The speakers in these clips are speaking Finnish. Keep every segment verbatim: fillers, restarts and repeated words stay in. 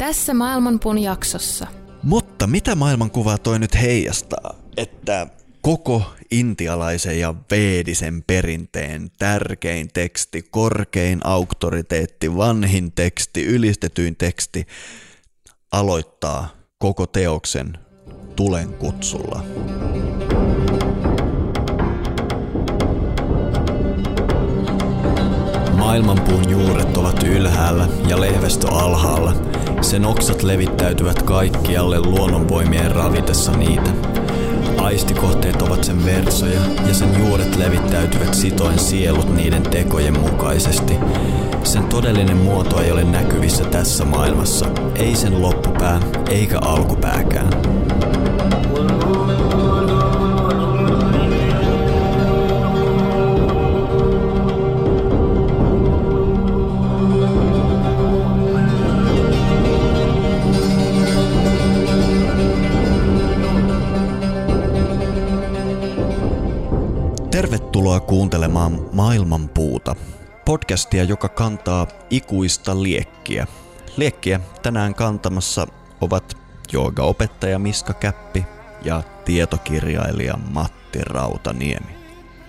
Tässä Maailmanpuun jaksossa. Mutta mitä maailmankuvaa toi nyt heijastaa, että koko intialaisen ja veedisen perinteen tärkein teksti, korkein auktoriteetti, vanhin teksti, ylistetyin teksti aloittaa koko teoksen tulen kutsulla. Maailmanpuun juuret ovat ylhäällä ja lehvästö alhaalla. Sen oksat levittäytyvät kaikkialle luonnonvoimien ravitessa niitä. Aistikohteet ovat sen versoja ja sen juuret levittäytyvät sitoen sielut niiden tekojen mukaisesti. Sen todellinen muoto ei ole näkyvissä tässä maailmassa, ei sen loppupää eikä alkupääkään. Tervetuloa kuuntelemaan Maailmanpuuta, podcastia, joka kantaa ikuista liekkiä. Liekkiä tänään kantamassa ovat joogaopettaja Miska Käppi ja tietokirjailija Matti Rautaniemi.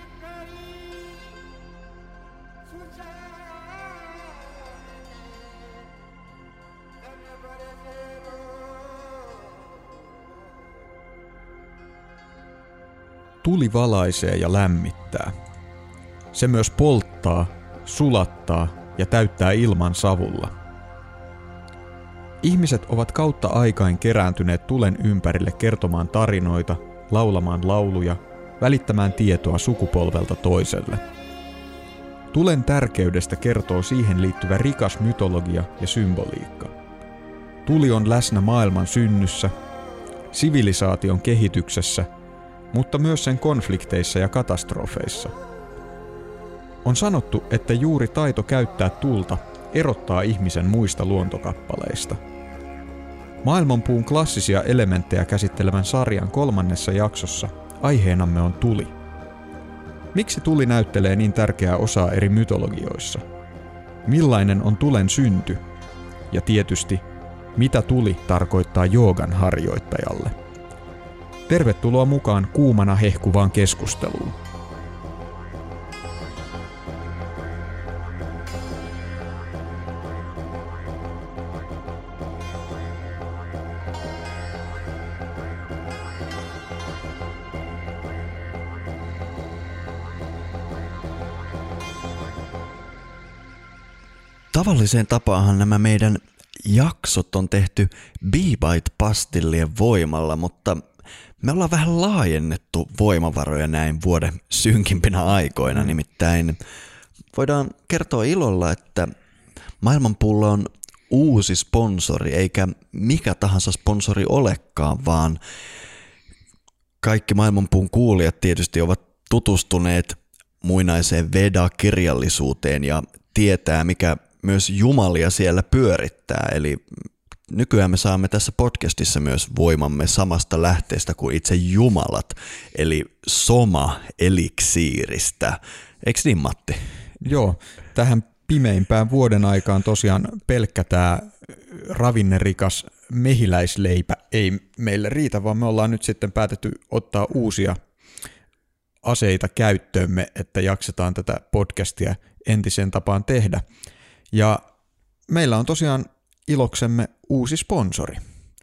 Tuli valaisee ja lämmittää. Se myös polttaa, sulattaa ja täyttää ilman savulla. Ihmiset ovat kautta aikain kerääntyneet tulen ympärille kertomaan tarinoita, laulamaan lauluja, välittämään tietoa sukupolvelta toiselle. Tulen tärkeydestä kertoo siihen liittyvä rikas mytologia ja symboliikka. Tuli on läsnä maailman synnyssä, sivilisaation kehityksessä, mutta myös sen konflikteissa ja katastrofeissa. On sanottu, että juuri taito käyttää tulta erottaa ihmisen muista luontokappaleista. Maailmanpuun klassisia elementtejä käsittelevän sarjan kolmannessa jaksossa aiheenamme on tuli. Miksi tuli näyttelee niin tärkeää osaa eri mytologioissa? Millainen on tulen synty? Ja tietysti, mitä tuli tarkoittaa joogan harjoittajalle? Tervetuloa mukaan kuumana hehkuvaan keskusteluun. Tavalliseen tapaanhan nämä meidän jaksot on tehty B-Bite-pastillien voimalla, mutta me ollaan vähän laajennettu voimavaroja näin vuoden synkimpinä aikoina, mm. nimittäin voidaan kertoa ilolla, että Maailmanpuulla on uusi sponsori, eikä mikä tahansa sponsori olekaan, vaan kaikki Maailmanpuun kuulijat tietysti ovat tutustuneet muinaiseen Veda-kirjallisuuteen ja tietää, mikä myös jumalia siellä pyörittää, eli nykyään me saamme tässä podcastissa myös voimamme samasta lähteestä kuin itse jumalat, eli soma-eliksiiristä. Eikö niin, Matti? Joo, tähän pimeimpään vuoden aikaan tosiaan pelkkä tämä ravinnerikas mehiläisleipä ei meille riitä, vaan me ollaan nyt sitten päätetty ottaa uusia aseita käyttöömme, että jaksetaan tätä podcastia entiseen tapaan tehdä. Ja meillä on tosiaan iloksemme uusi sponsori.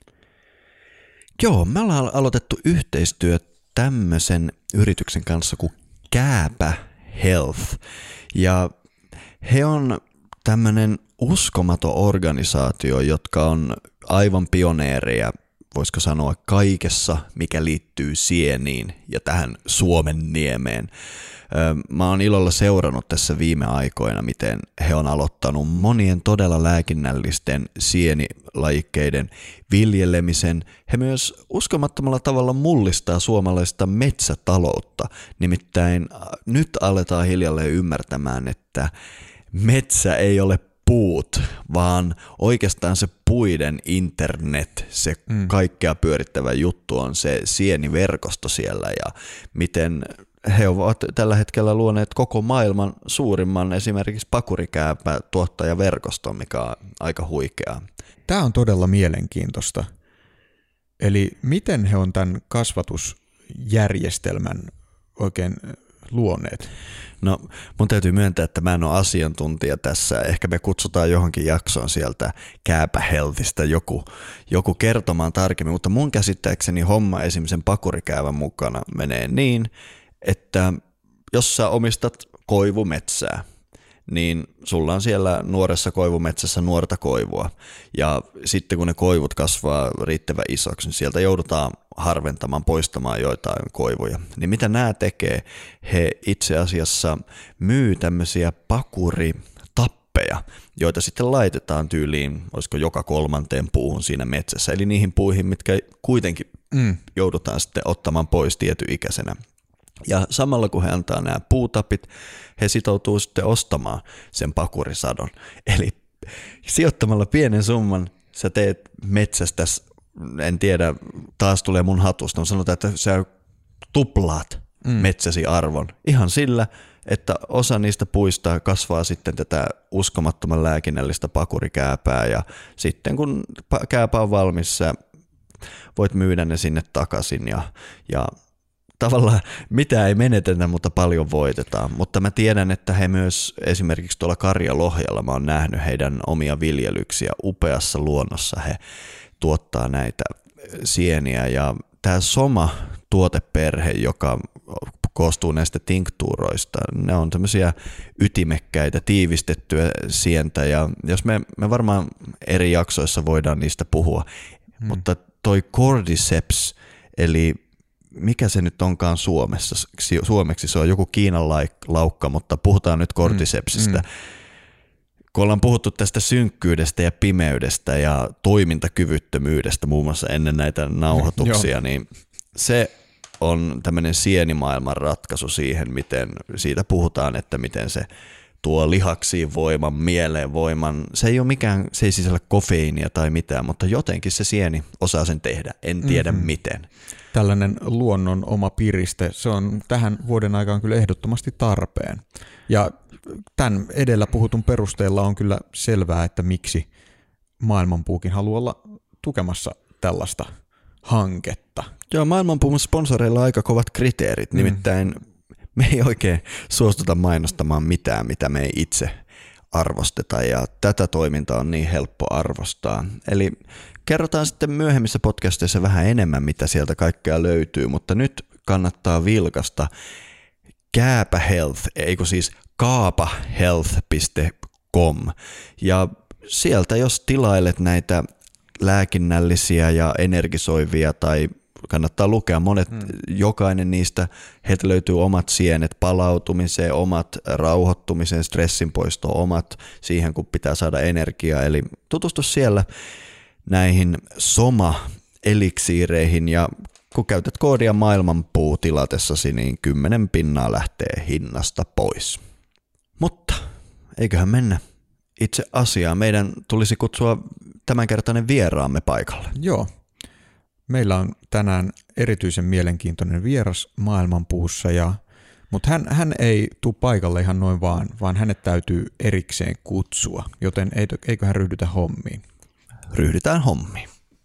Joo, me ollaan aloitettu yhteistyö tämmöisen yrityksen kanssa kuin Kääpä Health. Ja he on tämmöinen uskomaton organisaatio, jotka on aivan pioneereja, voisiko sanoa kaikessa, mikä liittyy sieniin ja tähän Suomen niemeen. Mä oon ilolla seurannut tässä viime aikoina, miten he on aloittanut monien todella lääkinnällisten sienilajikkeiden viljelemisen. He myös uskomattomalla tavalla mullistaa suomalaista metsätaloutta. Nimittäin nyt aletaan hiljalleen ymmärtämään, että metsä ei ole puut, vaan oikeastaan se puiden internet, se mm. kaikkea pyörittävä juttu on se sieniverkosto siellä ja miten he ovat tällä hetkellä luoneet koko maailman suurimman esimerkiksi pakurikääpä tuottajaverkoston, mikä on aika huikeaa. Tämä on todella mielenkiintoista. Eli miten he on tämän kasvatusjärjestelmän oikein luoneet? No mun täytyy myöntää, että mä en ole asiantuntija tässä. Ehkä me kutsutaan johonkin jaksoon sieltä Kääpä Healthista joku, joku kertomaan tarkemmin, mutta mun käsittääkseni homma esimerkiksi sen pakurikäävän mukana menee niin, että jos sä omistat koivumetsää, niin sulla on siellä nuoressa koivumetsässä nuorta koivua. Ja sitten kun ne koivut kasvaa riittävän isoksi, niin sieltä joudutaan harventamaan, poistamaan joitain koivuja. Niin mitä nämä tekee? He itse asiassa myy tämmöisiä pakuritappeja, joita sitten laitetaan tyyliin, olisiko joka kolmanteen puuhun siinä metsässä. Eli niihin puihin, mitkä kuitenkin mm. joudutaan sitten ottamaan pois tietyikäisenä. Ja samalla kun he antaa nämä puutapit, he sitoutuu sitten ostamaan sen pakurisadon. Eli sijoittamalla pienen summan sä teet metsästä, en tiedä, taas tulee mun hatusta, mutta sanotaan, että sä tuplaat mm. metsäsi arvon ihan sillä, että osa niistä puista kasvaa sitten tätä uskomattoman lääkinnällistä pakurikääpää ja sitten kun kääpä on valmis, sä voit myydä ne sinne takaisin ja, ja tavallaan mitä ei menetetä, mutta paljon voitetaan. Mutta mä tiedän, että he myös esimerkiksi tuolla Karjalohjalla, mä oon nähnyt heidän omia viljelyksiä upeassa luonnossa. He tuottaa näitä sieniä ja tämä Soma-tuoteperhe, joka koostuu näistä tinktuuroista, ne on tämmöisiä ytimekkäitä, tiivistettyä sientä ja jos me, me varmaan eri jaksoissa voidaan niistä puhua, hmm. mutta toi Cordyceps, eli mikä se nyt onkaan Suomessa? Suomeksi se on joku Kiinan laukka, mutta puhutaan nyt Cordycepsistä. Mm, mm. Kun ollaan puhuttu tästä synkkyydestä ja pimeydestä ja toimintakyvyttömyydestä muun muassa ennen näitä nauhoituksia, niin se on tämmöinen sienimaailman ratkaisu siihen, miten siitä puhutaan, että miten se tuo lihaksiin voiman, mieleen voiman. Se ei ole mikään, se ei sisällä kofeiinia tai mitään, mutta jotenkin se sieni osaa sen tehdä. En tiedä mm-hmm. miten. Tällainen luonnon oma piriste, se on tähän vuoden aikaan kyllä ehdottomasti tarpeen. Ja tämän edellä puhutun perusteella on kyllä selvää, että miksi Maailmanpuukin haluaa olla tukemassa tällaista hanketta. Joo, Maailmanpuun sponsoreilla on aika kovat kriteerit, mm. nimittäin me ei oikein suostuta mainostamaan mitään, mitä me ei itse arvosteta, ja tätä toimintaa on niin helppo arvostaa. Eli kerrotaan sitten myöhemmissä podcasteissa vähän enemmän, mitä sieltä kaikkea löytyy, mutta nyt kannattaa vilkasta Kääpä Health, eikö siis kaapahealth piste com, ja sieltä jos tilailet näitä lääkinnällisiä ja energisoivia tai kannattaa lukea monet, hmm. jokainen niistä, heiltä löytyy omat sienet palautumiseen, omat rauhoittumiseen, stressinpoistoon, omat siihen, kun pitää saada energiaa. Eli tutustu siellä näihin Soma-eliksiireihin ja kun käytät koodia Maailmanpuu tilatessasi, niin kymmenen pinnaa lähtee hinnasta pois. Mutta eiköhän mennä itse asiaan. Meidän tulisi kutsua tämänkertainen vieraamme paikalle. Joo. Meillä on tänään erityisen mielenkiintoinen vieras Maailmanpuussa, ja, mutta hän, hän ei tule paikalle ihan noin vaan, vaan hänet täytyy erikseen kutsua, joten eiköhän ryhdytä hommiin. Ryhdytään hommiin.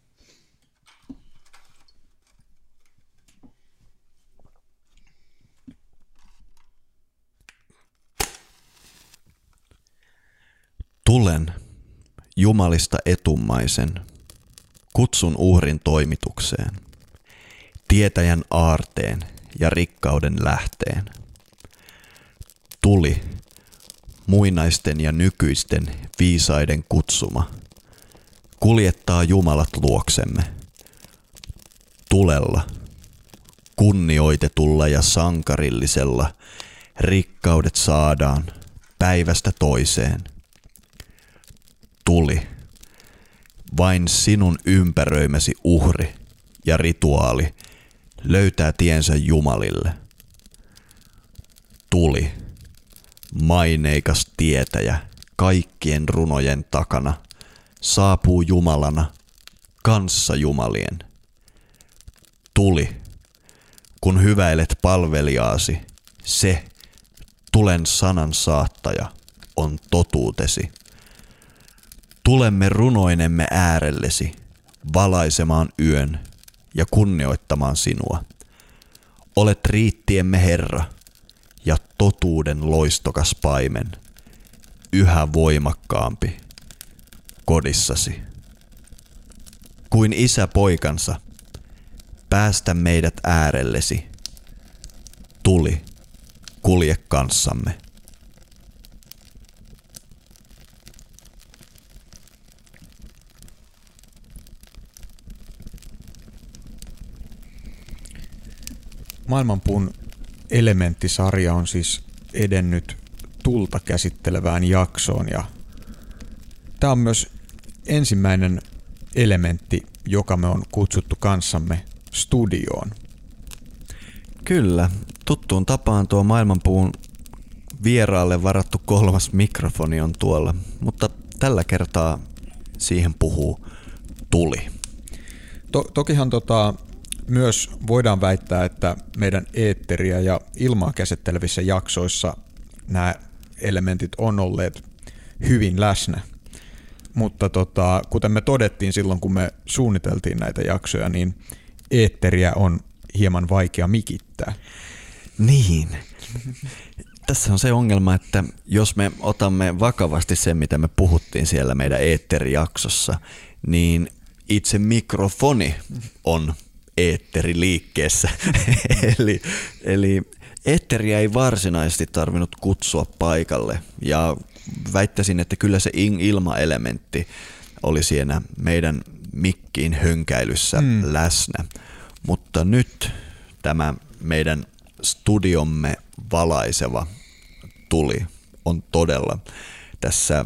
Tulen Jumalista etummaisen, kutsun uhrin toimitukseen, tietäjän aarteen ja rikkauden lähteen. Tuli, muinaisten ja nykyisten viisaiden kutsuma, kuljettaa Jumalat luoksemme. Tulella, kunnioitetulla ja sankarillisella, rikkaudet saadaan päivästä toiseen. Tuli, vain sinun ympäröimäsi uhri ja rituaali löytää tiensä Jumalille. Tuli, maineikas tietäjä kaikkien runojen takana, saapuu Jumalana kanssa Jumalien. Tuli, kun hyväilet palvelijaasi, se, tulen sanan saattaja, on totuutesi. Tulemme runoinemme äärellesi, valaisemaan yön ja kunnioittamaan sinua. Olet riittiemme Herra ja totuuden loistokas paimen, yhä voimakkaampi kodissasi. Kuin isä poikansa, päästä meidät äärellesi. Tuli, kulje kanssamme. Maailmanpuun elementtisarja on siis edennyt tulta käsittelevään jaksoon ja tämä on myös ensimmäinen elementti, joka me on kutsuttu kanssamme studioon. Kyllä, tuttuun tapaan tuo Maailmanpuun vieraalle varattu kolmas mikrofoni on tuolla, mutta tällä kertaa siihen puhuu tuli. To- tokihan tota, myös voidaan väittää, että meidän eetteriä ja ilmaa käsittelevissä jaksoissa nämä elementit on olleet hyvin läsnä. Mutta tota, kuten me todettiin silloin, kun me suunniteltiin näitä jaksoja, niin eetteriä on hieman vaikea mikittää. Niin. Tässä on se ongelma, että jos me otamme vakavasti sen, mitä me puhuttiin siellä meidän eetterijaksossa, niin itse mikrofoni on eetteri liikkeessä. eli, eli eetteriä ei varsinaisesti tarvinnut kutsua paikalle ja väittäisin, että kyllä se ilmaelementti oli siinä meidän mikkiin hönkäilyssä mm. läsnä. Mutta nyt tämä meidän studiomme valaiseva tuli on todella tässä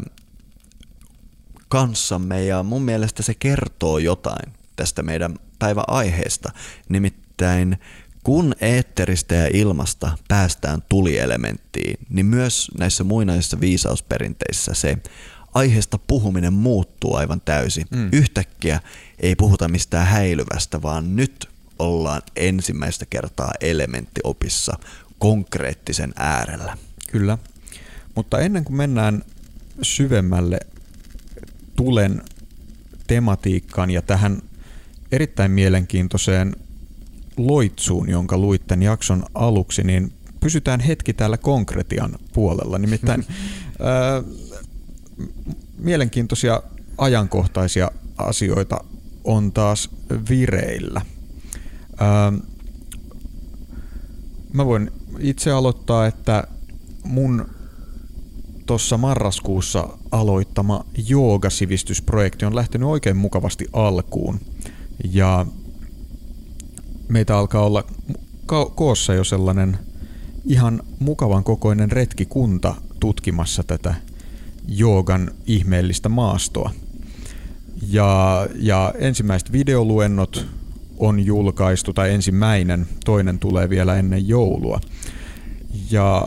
kanssamme ja mun mielestä se kertoo jotain tästä meidän päivän aiheesta. Nimittäin kun eetteristä ja ilmasta päästään tulielementtiin, niin myös näissä muinaisissa viisausperinteissä se aiheesta puhuminen muuttuu aivan täysin. Mm. Yhtäkkiä ei puhuta mistään häilyvästä, vaan nyt ollaan ensimmäistä kertaa elementtiopissa konkreettisen äärellä. Kyllä, mutta ennen kuin mennään syvemmälle tulen tematiikkaan ja tähän erittäin mielenkiintoiseen loitsuun, jonka luit tämän jakson aluksi, niin pysytään hetki täällä konkretian puolella. Nimittäin ää, mielenkiintoisia ajankohtaisia asioita on taas vireillä. Ää, mä voin itse aloittaa, että mun tuossa marraskuussa aloittama joogasivistysprojekti on lähtenyt oikein mukavasti alkuun. Ja meitä alkaa olla koossa jo sellainen ihan mukavan kokoinen retkikunta tutkimassa tätä joogan ihmeellistä maastoa. Ja, ja ensimmäiset videoluennot on julkaistu, tai ensimmäinen, toinen tulee vielä ennen joulua. Ja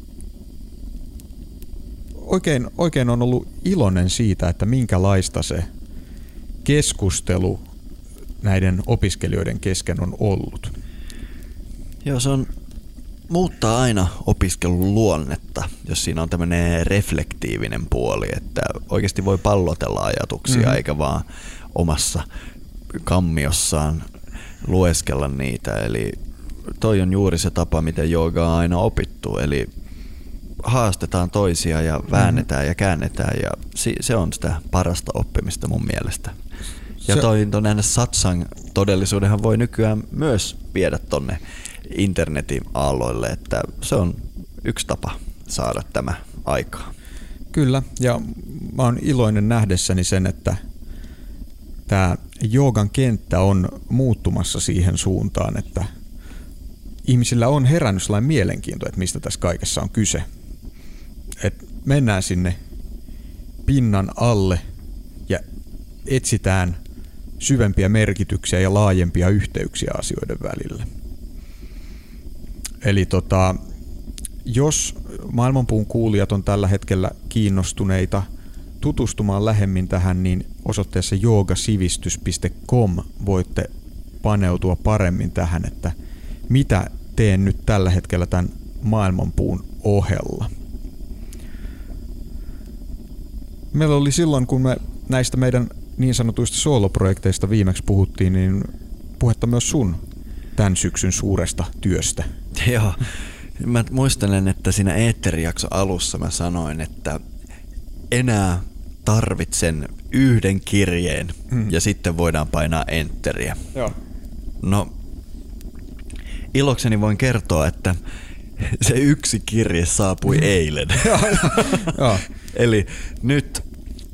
oikein, oikein on ollut iloinen siitä, että minkälaista se keskustelu näiden opiskelijoiden kesken on ollut. Joo, se on muuttaa aina opiskelun luonnetta, jos siinä on tämmöinen reflektiivinen puoli, että oikeasti voi pallotella ajatuksia, mm-hmm. eikä vaan omassa kammiossaan lueskella niitä. Eli toi on juuri se tapa, miten joogaa on aina opittu, eli haastetaan toisia ja väännetään mm-hmm. ja käännetään, ja se on sitä parasta oppimista mun mielestä. Ja toi tuonne satsang todellisuudenhan voi nykyään myös viedä tonne internetin aalloille, että se on yksi tapa saada tämä aikaa. Kyllä, ja mä oon iloinen nähdessäni sen, että tämä joogan kenttä on muuttumassa siihen suuntaan, että ihmisillä on herännyt sellainen mielenkiinto, että mistä tässä kaikessa on kyse. Et mennään sinne pinnan alle ja etsitään syvempiä merkityksiä ja laajempia yhteyksiä asioiden välillä. Eli tota, jos Maailmanpuun kuulijat on tällä hetkellä kiinnostuneita tutustumaan lähemmin tähän, niin osoitteessa joogasivistys piste com voitte paneutua paremmin tähän, että mitä teen nyt tällä hetkellä tämän Maailmanpuun ohella. Meillä oli silloin, kun me näistä meidän niin sanotuista sooloprojekteista viimeksi puhuttiin, niin puhetta myös sun tämän syksyn suuresta työstä. Joo. Mä muistelen, että siinä eetterijakson alussa mä sanoin, että enää tarvitsen yhden kirjeen mm. ja sitten voidaan painaa enteriä. Joo. No, ilokseni voin kertoa, että se yksi kirje saapui mm. eilen. Joo. Eli nyt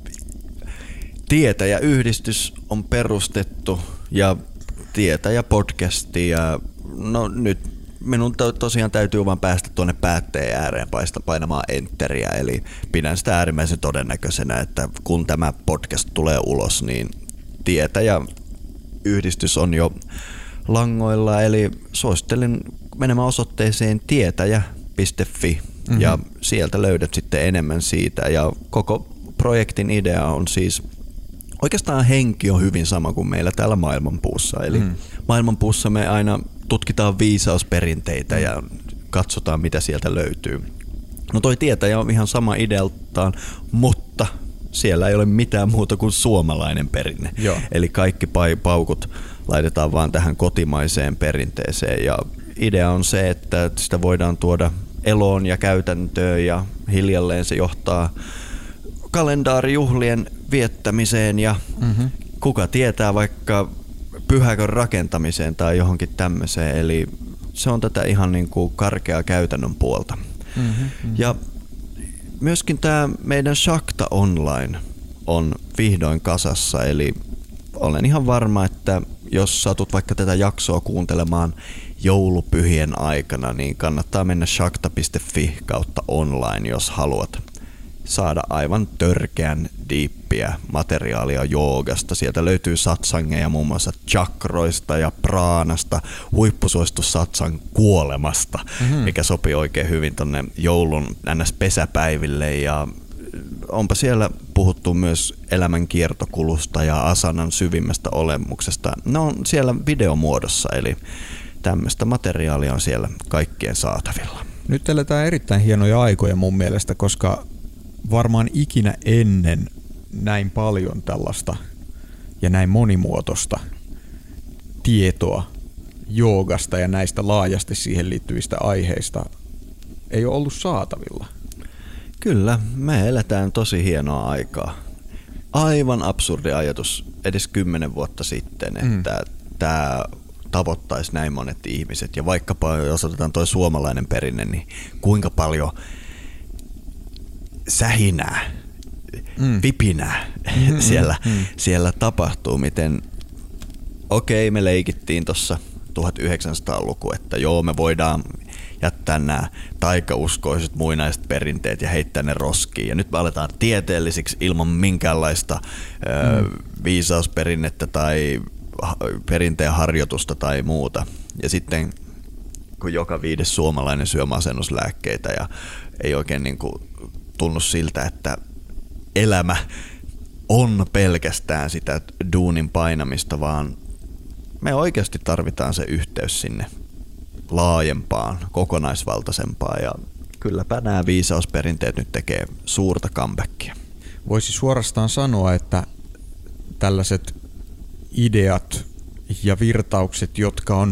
Tietäjä-yhdistys on perustettu ja Tietäjä-podcasti ja no nyt minun to- tosiaan täytyy vaan päästä tuonne päätteen ääreen paista painamaan enteriä, eli pidän sitä äärimmäisen todennäköisenä, että kun tämä podcast tulee ulos, niin Tietäjä-yhdistys on jo langoilla, eli suosittelen menemään osoitteeseen tietäjä piste fi mm-hmm. ja sieltä löydät sitten enemmän siitä ja koko projektin idea on siis oikeastaan henki on hyvin sama kuin meillä täällä Maailmanpuussa, eli mm. Maailmanpuussa me aina tutkitaan viisausperinteitä ja katsotaan, mitä sieltä löytyy. No toi Tietäjä on ihan sama idealtaan, mutta siellä ei ole mitään muuta kuin suomalainen perinne. Joo. Eli kaikki paukut laitetaan vaan tähän kotimaiseen perinteeseen. Ja idea on se, että sitä voidaan tuoda eloon ja käytäntöön ja hiljalleen se johtaa kalendaarijuhlien viettämiseen ja mm-hmm. kuka tietää vaikka pyhäkön rakentamiseen tai johonkin tämmöiseen, eli se on tätä ihan niin kuin karkeaa käytännön puolta. Mm-hmm, mm-hmm. Ja myöskin tämä meidän Shakta Online on vihdoin kasassa, eli olen ihan varma, että jos satut vaikka tätä jaksoa kuuntelemaan joulupyhien aikana, niin kannattaa mennä shakta piste fi kautta online, jos haluat saada aivan törkeän diippiä materiaalia joogasta. Sieltä löytyy satsangeja muun muassa chakroista ja praanasta, huippusuositus satsang kuolemasta, mm-hmm. mikä sopii oikein hyvin tonne joulun ns. Pesäpäiville. Ja onpa siellä puhuttu myös elämän kiertokulusta ja asanan syvimmästä olemuksesta. Ne on siellä videomuodossa, eli tämmöistä materiaalia on siellä kaikkien saatavilla. Nyt eletään erittäin hienoja aikoja mun mielestä, koska varmaan ikinä ennen näin paljon tällaista ja näin monimuotoista tietoa joogasta ja näistä laajasti siihen liittyvistä aiheista ei ole ollut saatavilla. Kyllä, me eletään tosi hienoa aikaa. Aivan absurdi ajatus edes kymmenen vuotta sitten, että mm. tämä tavoittaisi näin monet ihmiset. Ja vaikkapa jos otetaan toi suomalainen perinne, niin kuinka paljon sähinää, mm. vipinää mm, siellä, mm. siellä tapahtuu, miten okei, me leikittiin tuossa tuhatyhdeksänsataaluku, että joo, me voidaan jättää nämä taikauskoiset muinaiset perinteet ja heittää ne roskiin. Ja nyt me aletaan tieteellisiksi ilman minkäänlaista mm. ö, viisausperinnettä tai perinteen harjoitusta tai muuta. Ja sitten kun joka viides suomalainen syö masennuslääkkeitä ja ei oikein niin kuin tunnu siltä, että elämä on pelkästään sitä duunin painamista, vaan me oikeasti tarvitaan se yhteys sinne laajempaan, kokonaisvaltaisempaan ja kylläpä nämä viisausperinteet nyt tekee suurta comebackia. Voisi suorastaan sanoa, että tällaiset ideat ja virtaukset, jotka on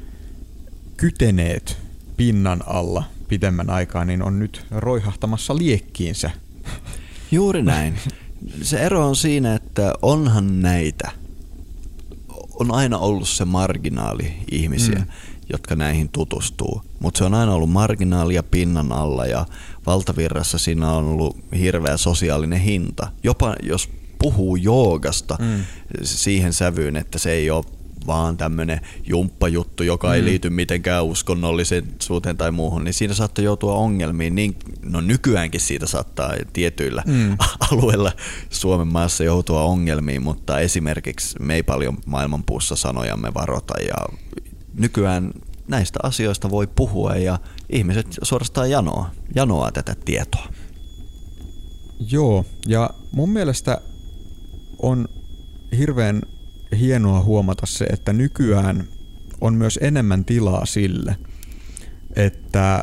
kyteneet pinnan alla pitemmän aikaa, niin on nyt roihahtamassa liekkiinsä. Juuri näin. Se ero on siinä, että onhan näitä, on aina ollut se marginaali ihmisiä, mm. jotka näihin tutustuu, mutta se on aina ollut marginaalia pinnan alla ja valtavirrassa siinä on ollut hirveä sosiaalinen hinta. Jopa jos puhuu joogasta mm. siihen sävyyn, että se ei ole vaan tämmöinen jumppajuttu, joka mm. ei liity mitenkään uskonnollisuuteen tai muuhun, niin siinä saattaa joutua ongelmiin. Niin, no nykyäänkin siitä saattaa tietyillä mm. alueilla Suomen maassa joutua ongelmiin, mutta esimerkiksi me ei paljon Maailmanpuussa sanojamme varota ja nykyään näistä asioista voi puhua ja ihmiset suorastaan janoa, janoa tätä tietoa. Joo, ja mun mielestä on hirveän hienoa huomata se, että nykyään on myös enemmän tilaa sille, että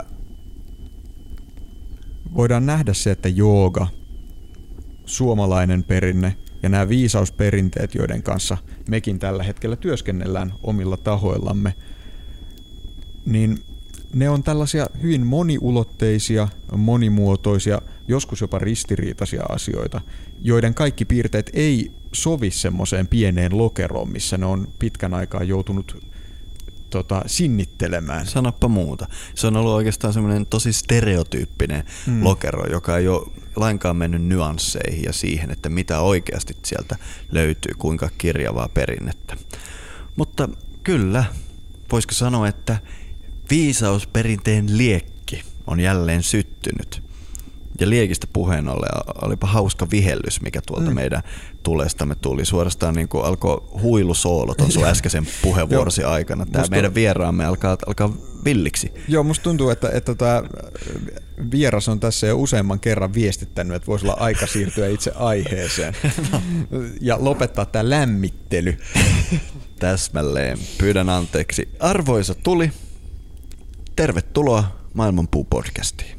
voidaan nähdä se, että jooga, suomalainen perinne Ja nämä viisausperinteet, joiden kanssa mekin tällä hetkellä työskennellään omilla tahoillamme, niin ne on tällaisia hyvin moniulotteisia, monimuotoisia, joskus jopa ristiriitaisia asioita, joiden kaikki piirteet ei sovi semmoiseen pieneen lokeroon, missä ne on pitkän aikaa joutunut tota, sinnittelemään. Sanoppa muuta. Se on ollut oikeastaan semmoinen tosi stereotyyppinen mm. lokero, joka ei ole lainkaan mennyt nyansseihin ja siihen, että mitä oikeasti sieltä löytyy, kuinka kirjavaa perinnettä. Mutta kyllä, voisiko sanoa, että viisausperinteen liekki on jälleen syttynyt. Ja liekistä puheen ollen olipa hauska vihellys, mikä tuolta mm. meidän tulestamme tuli. Suorastaan niin kuin alkoi huilusoolo ton sun äskeisen puheenvuorosi aikana. Tämä meidän vieraamme alkaa, alkaa villiksi. Joo, musta tuntuu, että, että tämä vieras on tässä jo useamman kerran viestittänyt, että voisi olla aika siirtyä itse aiheeseen ja lopettaa tämä lämmittely. Täsmälleen. Pyydän anteeksi. Arvoisa tuli, tervetuloa Maailmanpuu-podcastiin.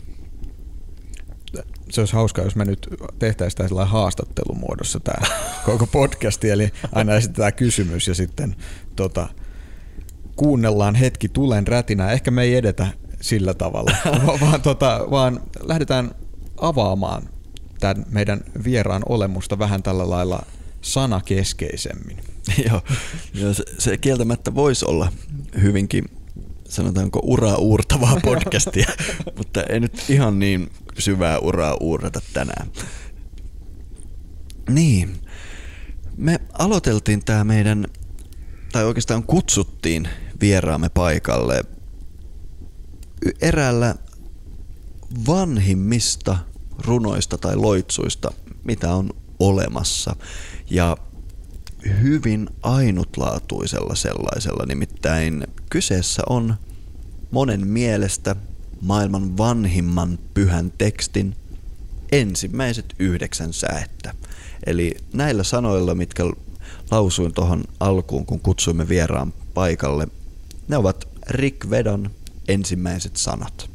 Se olisi hauskaa, jos me nyt tehtäisiin tämä sellainen haastattelumuodossa tämä koko podcasti, eli aina esitetään kysymys ja sitten tota, kuunnellaan hetki tulen rätinää. Ehkä me ei edetä sillä tavalla, vaan, tota, vaan lähdetään avaamaan tämän meidän vieraan olemusta vähän tällä lailla sanakeskeisemmin. Joo, se, se kieltämättä voisi olla hyvinkin, sanotaanko, uraa uurtavaa podcastia, mutta ei nyt ihan niin syvää uraa uurata tänään. Niin, me aloiteltiin tää meidän, tai oikeastaan kutsuttiin vieraamme paikalle eräällä vanhimmista runoista tai loitsuista, mitä on olemassa. Ja hyvin ainutlaatuisella sellaisella, nimittäin kyseessä on monen mielestä maailman vanhimman pyhän tekstin ensimmäiset yhdeksän säettä. Eli näillä sanoilla, mitkä lausuin tuohon alkuun, kun kutsuimme vieraan paikalle, ne ovat Rig Vedan ensimmäiset sanat.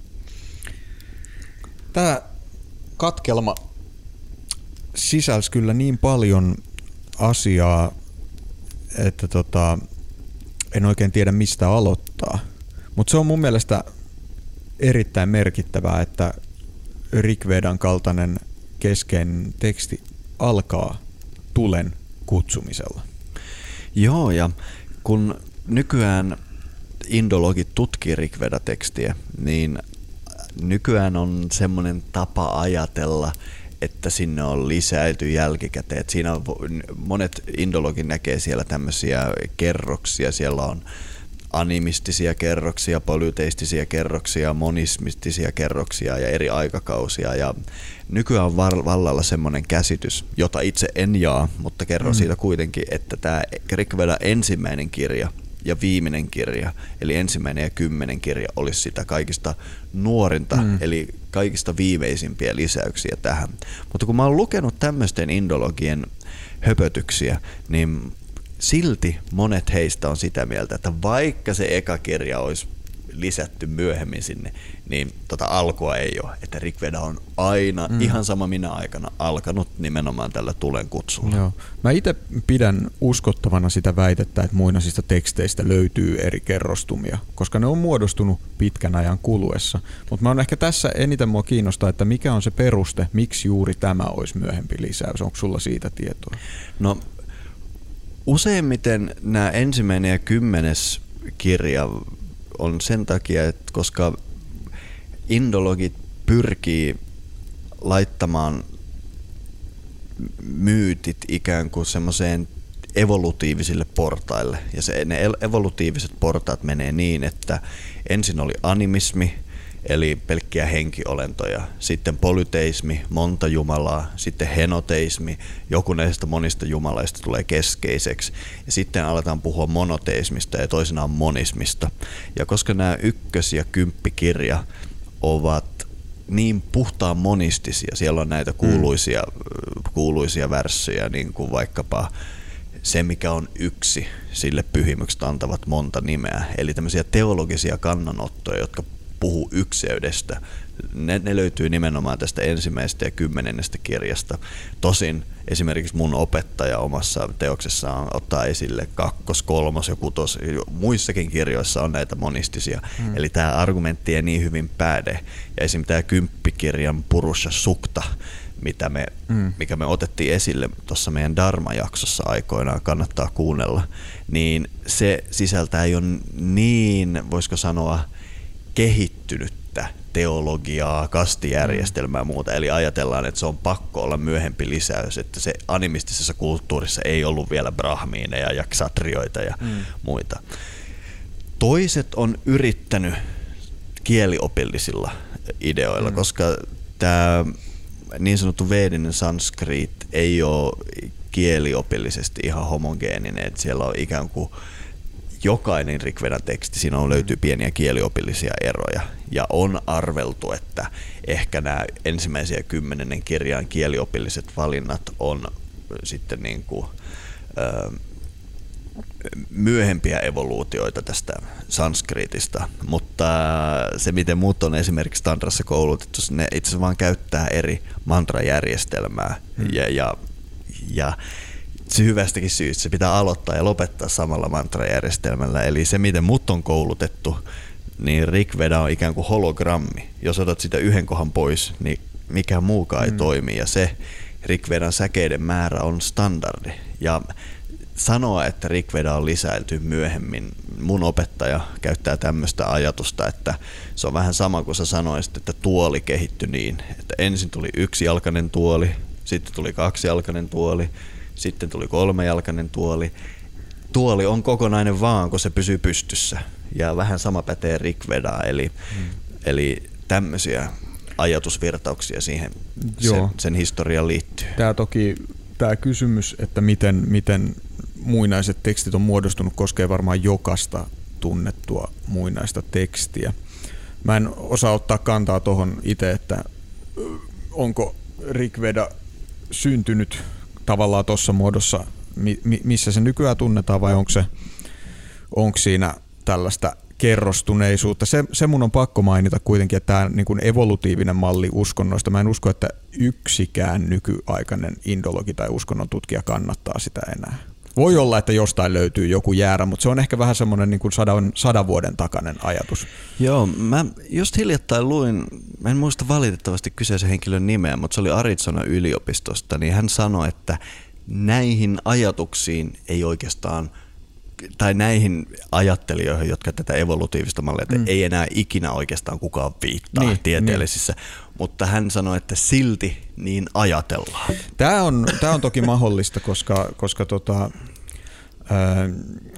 Tämä katkelma sisälsi kyllä niin paljon asiaa, että tota, en oikein tiedä mistä aloittaa. Mutta se on mun mielestä erittäin merkittävää, että Rig Vedan kaltainen keskeinen teksti alkaa tulen kutsumisella. Joo, ja kun nykyään indologit tutkii Rig Veda-tekstiä, niin nykyään on semmoinen tapa ajatella, että sinne on lisäilty jälkikäteen. Et siinä on, monet indologit näkee siellä tämmöisiä kerroksia, siellä on animistisia kerroksia, polyteistisia kerroksia, monismistisia kerroksia ja eri aikakausia. Ja nykyään on vallalla semmoinen käsitys, jota itse en jaa, mutta kerron mm. siitä kuitenkin, että tämä Rig Vedan ensimmäinen kirja ja viimeinen kirja, eli ensimmäinen ja kymmenen kirja, olisi sitä kaikista nuorinta, mm. eli kaikista viimeisimpiä lisäyksiä tähän. Mutta kun mä oon lukenut tämmöisten indologien höpötyksiä, niin silti monet heistä on sitä mieltä, että vaikka se eka kirja olisi lisätty myöhemmin sinne, niin tota alkua ei ole. Että Rig Veda on aina, mm. ihan sama minä aikana, alkanut nimenomaan tällä tulen kutsulla. Joo. Mä itse pidän uskottavana sitä väitettä, että muinaisista teksteistä löytyy eri kerrostumia, koska ne on muodostunut pitkän ajan kuluessa. Mutta mä on ehkä tässä eniten mua kiinnostaa, että mikä on se peruste, miksi juuri tämä olisi myöhempi lisäys. Onko sulla siitä tietoa? No, useimmiten nämä ensimmäinen ja kymmenes kirja on sen takia, että koska indologit pyrkii laittamaan myytit ikään kuin semmoiseen evolutiivisille portaille. Ja se, ne evolutiiviset portaat menee niin, että ensin oli animismi, eli pelkkiä henkiolentoja, sitten polyteismi, monta jumalaa, sitten henoteismi, joku näistä monista jumalaista tulee keskeiseksi, ja sitten aletaan puhua monoteismista ja toisinaan monismista. Ja koska nämä ykkös- ja kymppikirja ovat niin puhtaan monistisia, siellä on näitä kuuluisia, mm. kuuluisia värssejä, niin kuin vaikkapa se, mikä on yksi, sille pyhimykset antavat monta nimeä, eli tämmöisiä teologisia kannanottoja, jotka puhu ykseydestä. Ne, ne löytyy nimenomaan tästä ensimmäisestä ja kymmenennestä kirjasta. Tosin esimerkiksi mun opettaja omassa teoksessaan ottaa esille kakkos, kolmos ja kutos. Muissakin kirjoissa on näitä monistisia. Hmm. Eli tämä argumentti ei niin hyvin päde. Ja esimerkiksi tämä kymppikirjan Purusha Sukta, mitä me, hmm. mikä me otettiin esille tuossa meidän Dharma-jaksossa aikoinaan, kannattaa kuunnella, niin se sisältää jo niin, voisiko sanoa, kehittynyttä teologiaa, kastijärjestelmää ja muuta. Eli ajatellaan, että se on pakko olla myöhempi lisäys, että se animistisessa kulttuurissa ei ollut vielä brahmiineja ja ksatrioita ja mm. muita. Toiset on yrittänyt kieliopillisilla ideoilla, mm. koska tämä niin sanottu veedinen sanskrit ei ole kieliopillisesti ihan homogeeninen, että siellä on ikään kuin jokainen Rigvedan teksti, siinä on, löytyy pieniä kieliopillisia eroja, ja on arveltu, että ehkä nämä ensimmäisiä kymmenennen kirjan kieliopilliset valinnat on sitten niin kuin, ö, myöhempiä evoluutioita tästä sanskritista, mutta se miten muut on esimerkiksi tantrassa koulutettu, ne itse asiassa vaan käyttää eri mantrajärjestelmää hmm. ja, ja, ja se hyvästäkin syystä se pitää aloittaa ja lopettaa samalla mantrajärjestelmällä, eli se miten mut on koulutettu, niin Rigveda on ikään kuin hologrammi. Jos otat sitä yhden kohan pois, niin mikään muukaan ei mm. toimi, ja se Rigvedan säkeiden määrä on standardi. Ja sanoa, että Rigveda on lisäilty myöhemmin, mun opettaja käyttää tämmöistä ajatusta, että se on vähän sama kuin sä sanoisit, että tuoli kehittyi niin, että ensin tuli yksijalkainen tuoli, sitten tuli kaksijalkainen tuoli, sitten tuli kolmejalkainen tuoli. Tuoli on kokonainen vaan, kun se pysyy pystyssä. Ja vähän sama pätee Rigvedaan, eli, hmm. eli tämmöisiä ajatusvirtauksia siihen sen, sen historiaan liittyy. Tämä toki, tämä kysymys, että miten, miten muinaiset tekstit on muodostunut, koskee varmaan jokaista tunnettua muinaista tekstiä. Mä en osaa ottaa kantaa tuohon itse, että onko Rigveda syntynyt tavallaan tuossa muodossa, missä se nykyään tunnetaan, vai onko, se, onko siinä tällaista kerrostuneisuutta. Se, se mun on pakko mainita kuitenkin, että tämä niin kuin evolutiivinen malli uskonnoista, mä en usko, että yksikään nykyaikainen indologi tai uskonnon tutkija kannattaa sitä enää. Voi olla, että jostain löytyy joku jäärä, mutta se on ehkä vähän semmoinen niin kuin sadan, sadan vuoden takainen ajatus. Joo, mä just hiljattain luin, mä en muista valitettavasti kyseisen henkilön nimeä, mutta se oli Arizonan yliopistosta, niin hän sanoi, että näihin ajatuksiin ei oikeastaan, tai näihin ajattelijoihin, jotka tätä evolutiivista mallia, mm. ei enää ikinä oikeastaan kukaan viittaa niin, tieteellisissä, niin. Mutta hän sanoi, että silti niin ajatellaan. Tämä on, tämä on toki mahdollista, koska, koska tota, ää,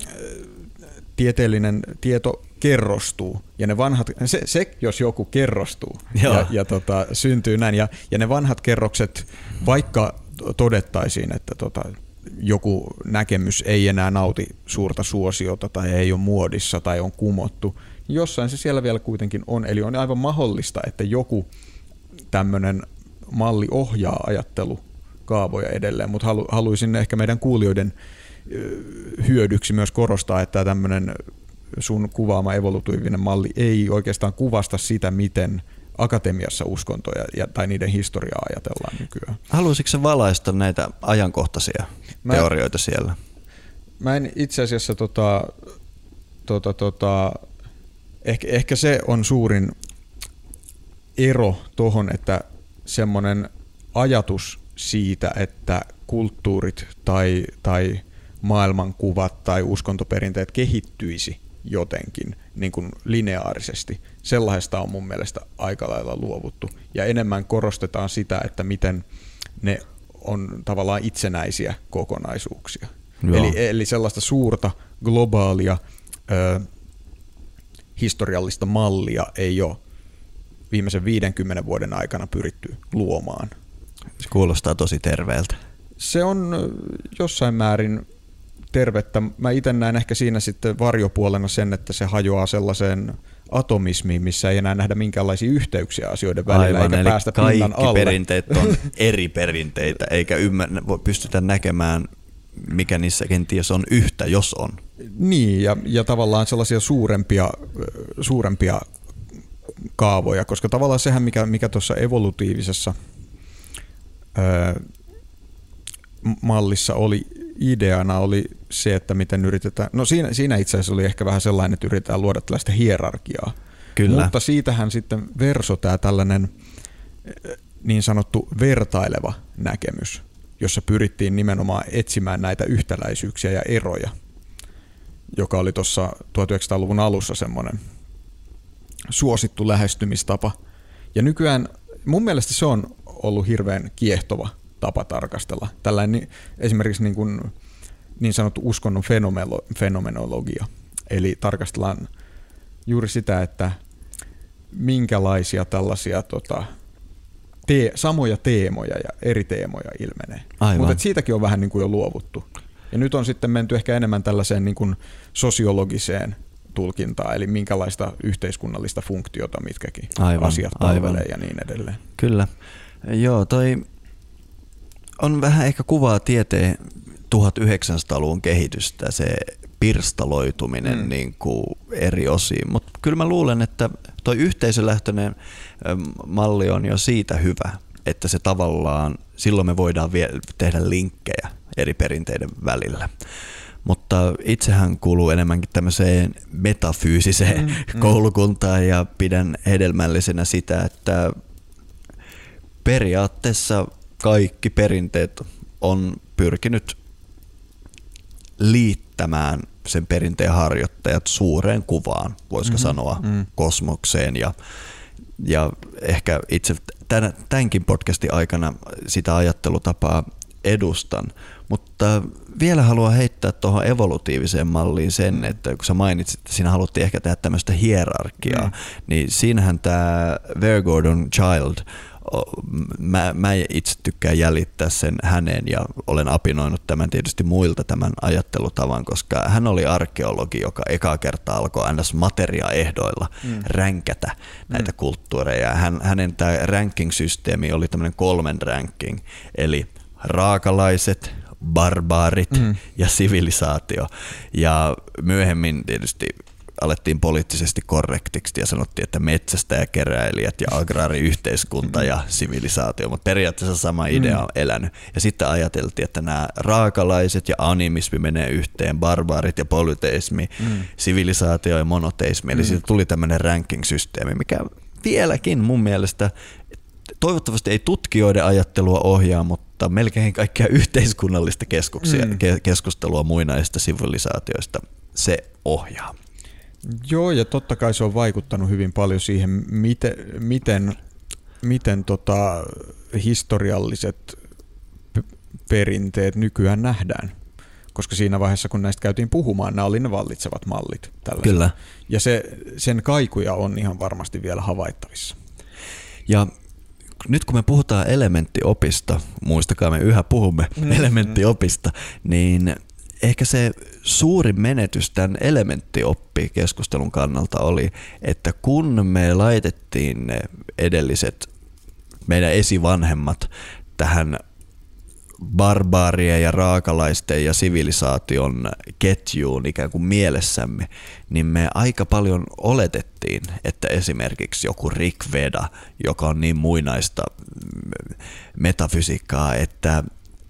tieteellinen tieto kerrostuu, ja ne vanhat, se, se jos joku kerrostuu ja, ja tota, syntyy näin, ja, ja ne vanhat kerrokset, vaikka todettaisiin, että tota, joku näkemys ei enää nauti suurta suosiota tai ei ole muodissa tai on kumottu, niin jossain se siellä vielä kuitenkin on. Eli on aivan mahdollista, että joku tämmöinen malli ohjaa ajattelukaavoja edelleen, mutta halu, haluaisin ehkä meidän kuulijoiden hyödyksi myös korostaa, että tämmöinen sun kuvaama evolutiivinen malli ei oikeastaan kuvasta sitä, miten akatemiassa uskontoja ja, tai niiden historiaa ajatellaan nykyään. Haluaisitko sä valaista näitä ajankohtaisia mä, teorioita siellä? Mä en itse asiassa, tota, tota, tota, ehkä, ehkä se on suurin ero tuohon, että semmoinen ajatus siitä, että kulttuurit tai, tai maailmankuvat tai uskontoperinteet kehittyisi jotenkin niin kuin lineaarisesti. Sellaista on mun mielestä aika lailla luovuttu. Ja enemmän korostetaan sitä, että miten ne on tavallaan itsenäisiä kokonaisuuksia. Eli, eli sellaista suurta globaalia ö, historiallista mallia ei ole viimeisen viidenkymmenen vuoden aikana pyritty luomaan. Se kuulostaa tosi terveeltä. Se on jossain määrin tervettä. Mä itse näen ehkä siinä sitten varjopuolena sen, että se hajoaa sellaiseen atomismiin, missä ei enää nähdä minkäänlaisia yhteyksiä asioiden välillä, aivan, eikä päästä pinnan alle. Kaikki perinteet on eri perinteitä, eikä ymmärrä, pystytä näkemään, mikä niissä kenties on yhtä, jos on. Niin, ja, ja tavallaan sellaisia suurempia, suurempia kaavoja, koska tavallaan sehän, mikä, mikä tuossa evolutiivisessa öö, mallissa oli ideana, oli se, että miten yritetään, no siinä, siinä itse asiassa oli ehkä vähän sellainen, että yritetään luoda tällaista hierarkiaa. Kyllä. Mutta siitähän sitten verso tämä tällainen niin sanottu vertaileva näkemys, jossa pyrittiin nimenomaan etsimään näitä yhtäläisyyksiä ja eroja, joka oli tuossa tuhatyhdeksänsataaluvun alussa semmoinen suosittu lähestymistapa. Ja nykyään mun mielestä se on ollut hirveän kiehtova tapa tarkastella. Tällainen esimerkiksi niin, kuin, niin sanottu uskonnon fenomenologia. Eli tarkastellaan juuri sitä, että minkälaisia tällaisia tota, te- samoja teemoja ja eri teemoja ilmenee. Mutta siitäkin on vähän niin kuin jo luovuttu. Ja nyt on sitten menty ehkä enemmän tällaiseen niin kuin sosiologiseen tulkintaan, eli minkälaista yhteiskunnallista funktiota mitkäkin aivan, asiat palvelee ja niin edelleen. Kyllä. Joo, toi on vähän ehkä kuvaa tieteen tuhatyhdeksänsataaluvun kehitystä, se pirstaloituminen mm. niin kuin eri osiin. Mutta kyllä mä luulen, että toi yhteisölähtöinen malli on jo siitä hyvä, että se tavallaan, silloin me voidaan vie- tehdä linkkejä eri perinteiden välillä. Mutta itsehän kuuluu enemmänkin tämmöiseen metafyysiseen mm, koulukuntaan ja pidän hedelmällisenä sitä, että periaatteessa kaikki perinteet on pyrkinyt liittämään sen perinteen harjoittajat suureen kuvaan, voisiko mm-hmm. sanoa, mm. kosmokseen. Ja, ja ehkä itse tämän, tämänkin podcastin aikana sitä ajattelutapaa edustan, mutta vielä haluan heittää tuohon evolutiiviseen malliin sen, että kun sä mainitsit, että siinä haluttiin ehkä tehdä tämmöistä hierarkiaa, mm. niin siinähän tämä Where Gordon Child, mä, mä itse tykkään jäljittää sen hänen ja olen apinoinut tämän tietysti muilta tämän ajattelutavan, koska hän oli arkeologi, joka ekaa kertaa alkoi ns. Materiaehdoilla mm. ränkätä näitä mm. kulttuureja. Hän, hänen tämä ranking-systeemi oli tämmöinen kolmen ranking, eli raakalaiset, barbaarit mm. ja sivilisaatio. Ja myöhemmin tietysti alettiin poliittisesti korrektiksi ja sanottiin, että metsästäjäkeräilijät ja agraariyhteiskunta ja sivilisaatio, mutta periaatteessa sama idea on elänyt. Ja sitten ajateltiin, että nämä raakalaiset ja animismi menee yhteen, barbaarit ja polyteismi, mm. sivilisaatio ja monoteismi. Eli mm. siitä tuli tämmöinen ranking-systeemi, mikä vieläkin mun mielestä toivottavasti ei tutkijoiden ajattelua ohjaa, mutta melkein kaikkea yhteiskunnallista keskuksia, mm. keskustelua muinaisista sivilisaatioista se ohjaa. Joo, ja totta kai se on vaikuttanut hyvin paljon siihen, miten, miten, miten tota historialliset p- perinteet nykyään nähdään. Koska siinä vaiheessa, kun näistä käytiin puhumaan, nämä oli ne vallitsevat mallit. Tällaiset. Kyllä. Ja se, sen kaikuja on ihan varmasti vielä havaittavissa. Ja nyt kun me puhutaan elementtiopista, muistakaa me yhä puhumme mm-hmm. elementtiopista, niin ehkä se suurin menetys tämän elementtioppi-keskustelun kannalta oli, että kun me laitettiin ne edelliset meidän esivanhemmat tähän barbaarien ja raakalaisten ja sivilisaation ketjuun ikään kuin mielessämme, niin me aika paljon oletettiin, että esimerkiksi joku Rig Veda, joka on niin muinaista metafysiikkaa, että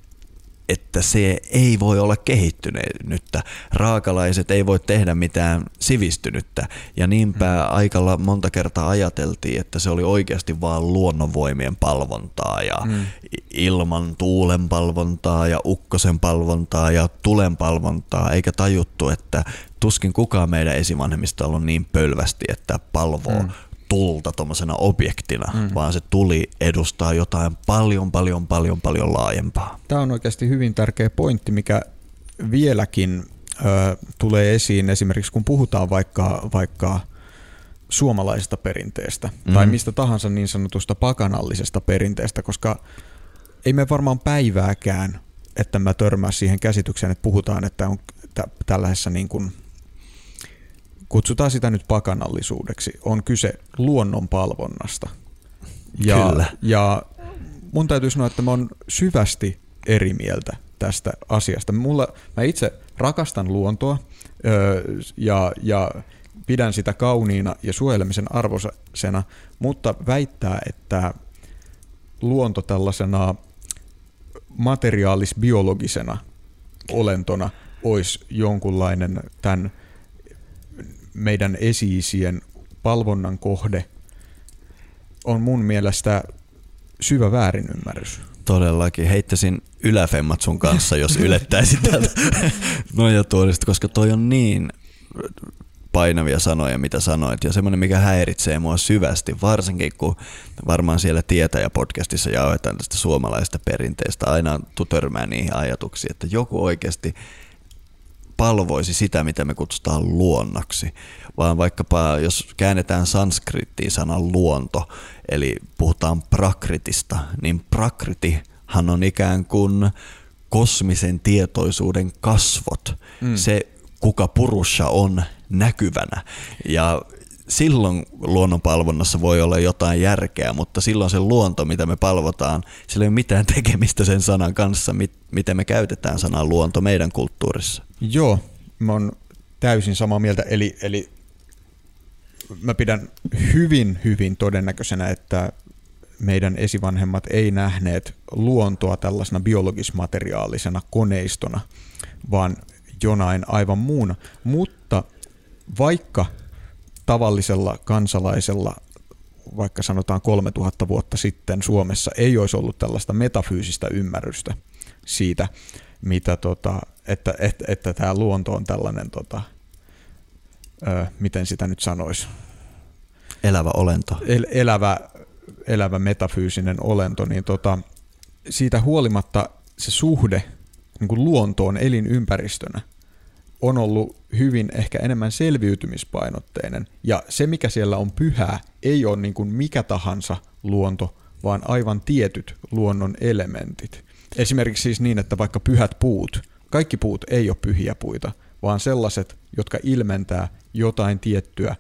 että se ei voi olla kehittynyttä. Raakalaiset ei voi tehdä mitään sivistynyttä. Ja niinpä mm. aikalla monta kertaa ajateltiin, että se oli oikeasti vaan luonnonvoimien palvontaa ja mm. ilman tuulen palvontaa ja ukkosen palvontaa ja tulen palvontaa, eikä tajuttu, että tuskin kukaan meidän esivanhemmista on niin pölvästi, että palvoo mm. tulta tuommoisena objektina, mm. vaan se tuli edustaa jotain paljon, paljon, paljon, paljon laajempaa. Tämä on oikeasti hyvin tärkeä pointti, mikä vieläkin ö, tulee esiin esimerkiksi kun puhutaan vaikka, vaikka suomalaisesta perinteestä mm. tai mistä tahansa niin sanotusta pakanallisesta perinteestä, koska ei me varmaan päivääkään, että mä törmään siihen käsitykseen, että puhutaan, että on tä- tällaisessa niin kuin kutsutaan sitä nyt pakanallisuudeksi, on kyse luonnonpalvonnasta. Ja, Kyllä. ja mun täytyy sanoa, että mä oon syvästi eri mieltä tästä asiasta. Mulla, mä itse rakastan luontoa öö, ja, ja pidän sitä kauniina ja suojelemisen arvoisena, mutta väittää, että luonto tällaisena materiaalis-biologisena olentona olisi jonkunlainen tämän meidän esi-isien palvonnan kohde, on mun mielestä syvä väärinymmärrys. Todellakin. Heittäisin yläfemmat sun kanssa, jos ylettäisit täältä nojatuolista, koska toi on niin painavia sanoja, mitä sanoit, ja semmoinen, mikä häiritsee mua syvästi, varsinkin kun varmaan siellä Tietäjä-podcastissa jaotaan tästä suomalaisesta perinteestä, aina törmää niihin ajatuksiin, että joku oikeasti palvoisi sitä, mitä me kutsutaan luonnoksi, vaan vaikkapa jos käännetään sanskrittiin sanan luonto, eli puhutaan prakritista, niin prakritihan on ikään kuin kosmisen tietoisuuden kasvot, mm. se kuka Purusha on näkyvänä, ja silloin luonnonpalvonnassa voi olla jotain järkeä, mutta silloin se luonto, mitä me palvotaan, sillä ei ole mitään tekemistä sen sanan kanssa, miten me käytetään sanaa luonto meidän kulttuurissa. Joo, mä oon täysin samaa mieltä, eli, eli mä pidän hyvin, hyvin todennäköisenä, että meidän esivanhemmat ei nähneet luontoa tällaisena biologismateriaalisena koneistona, vaan jonain aivan muuna, mutta vaikka tavallisella kansalaisella, vaikka sanotaan kolmetuhatta vuotta sitten Suomessa, ei olisi ollut tällaista metafyysistä ymmärrystä siitä, mitä tota, että, että, että tämä luonto on tällainen, tota, ö, miten sitä nyt sanoisi? Elävä olento. El, elävä, elävä metafyysinen olento, niin tota, siitä huolimatta se suhde niin kuin luontoon elinympäristönä on ollut hyvin ehkä enemmän selviytymispainotteinen, ja se mikä siellä on pyhää ei ole niin kuin mikä tahansa luonto, vaan aivan tietyt luonnon elementit. Esimerkiksi siis niin, että vaikka pyhät puut, kaikki puut ei ole pyhiä puita, vaan sellaiset, jotka ilmentää jotain tiettyä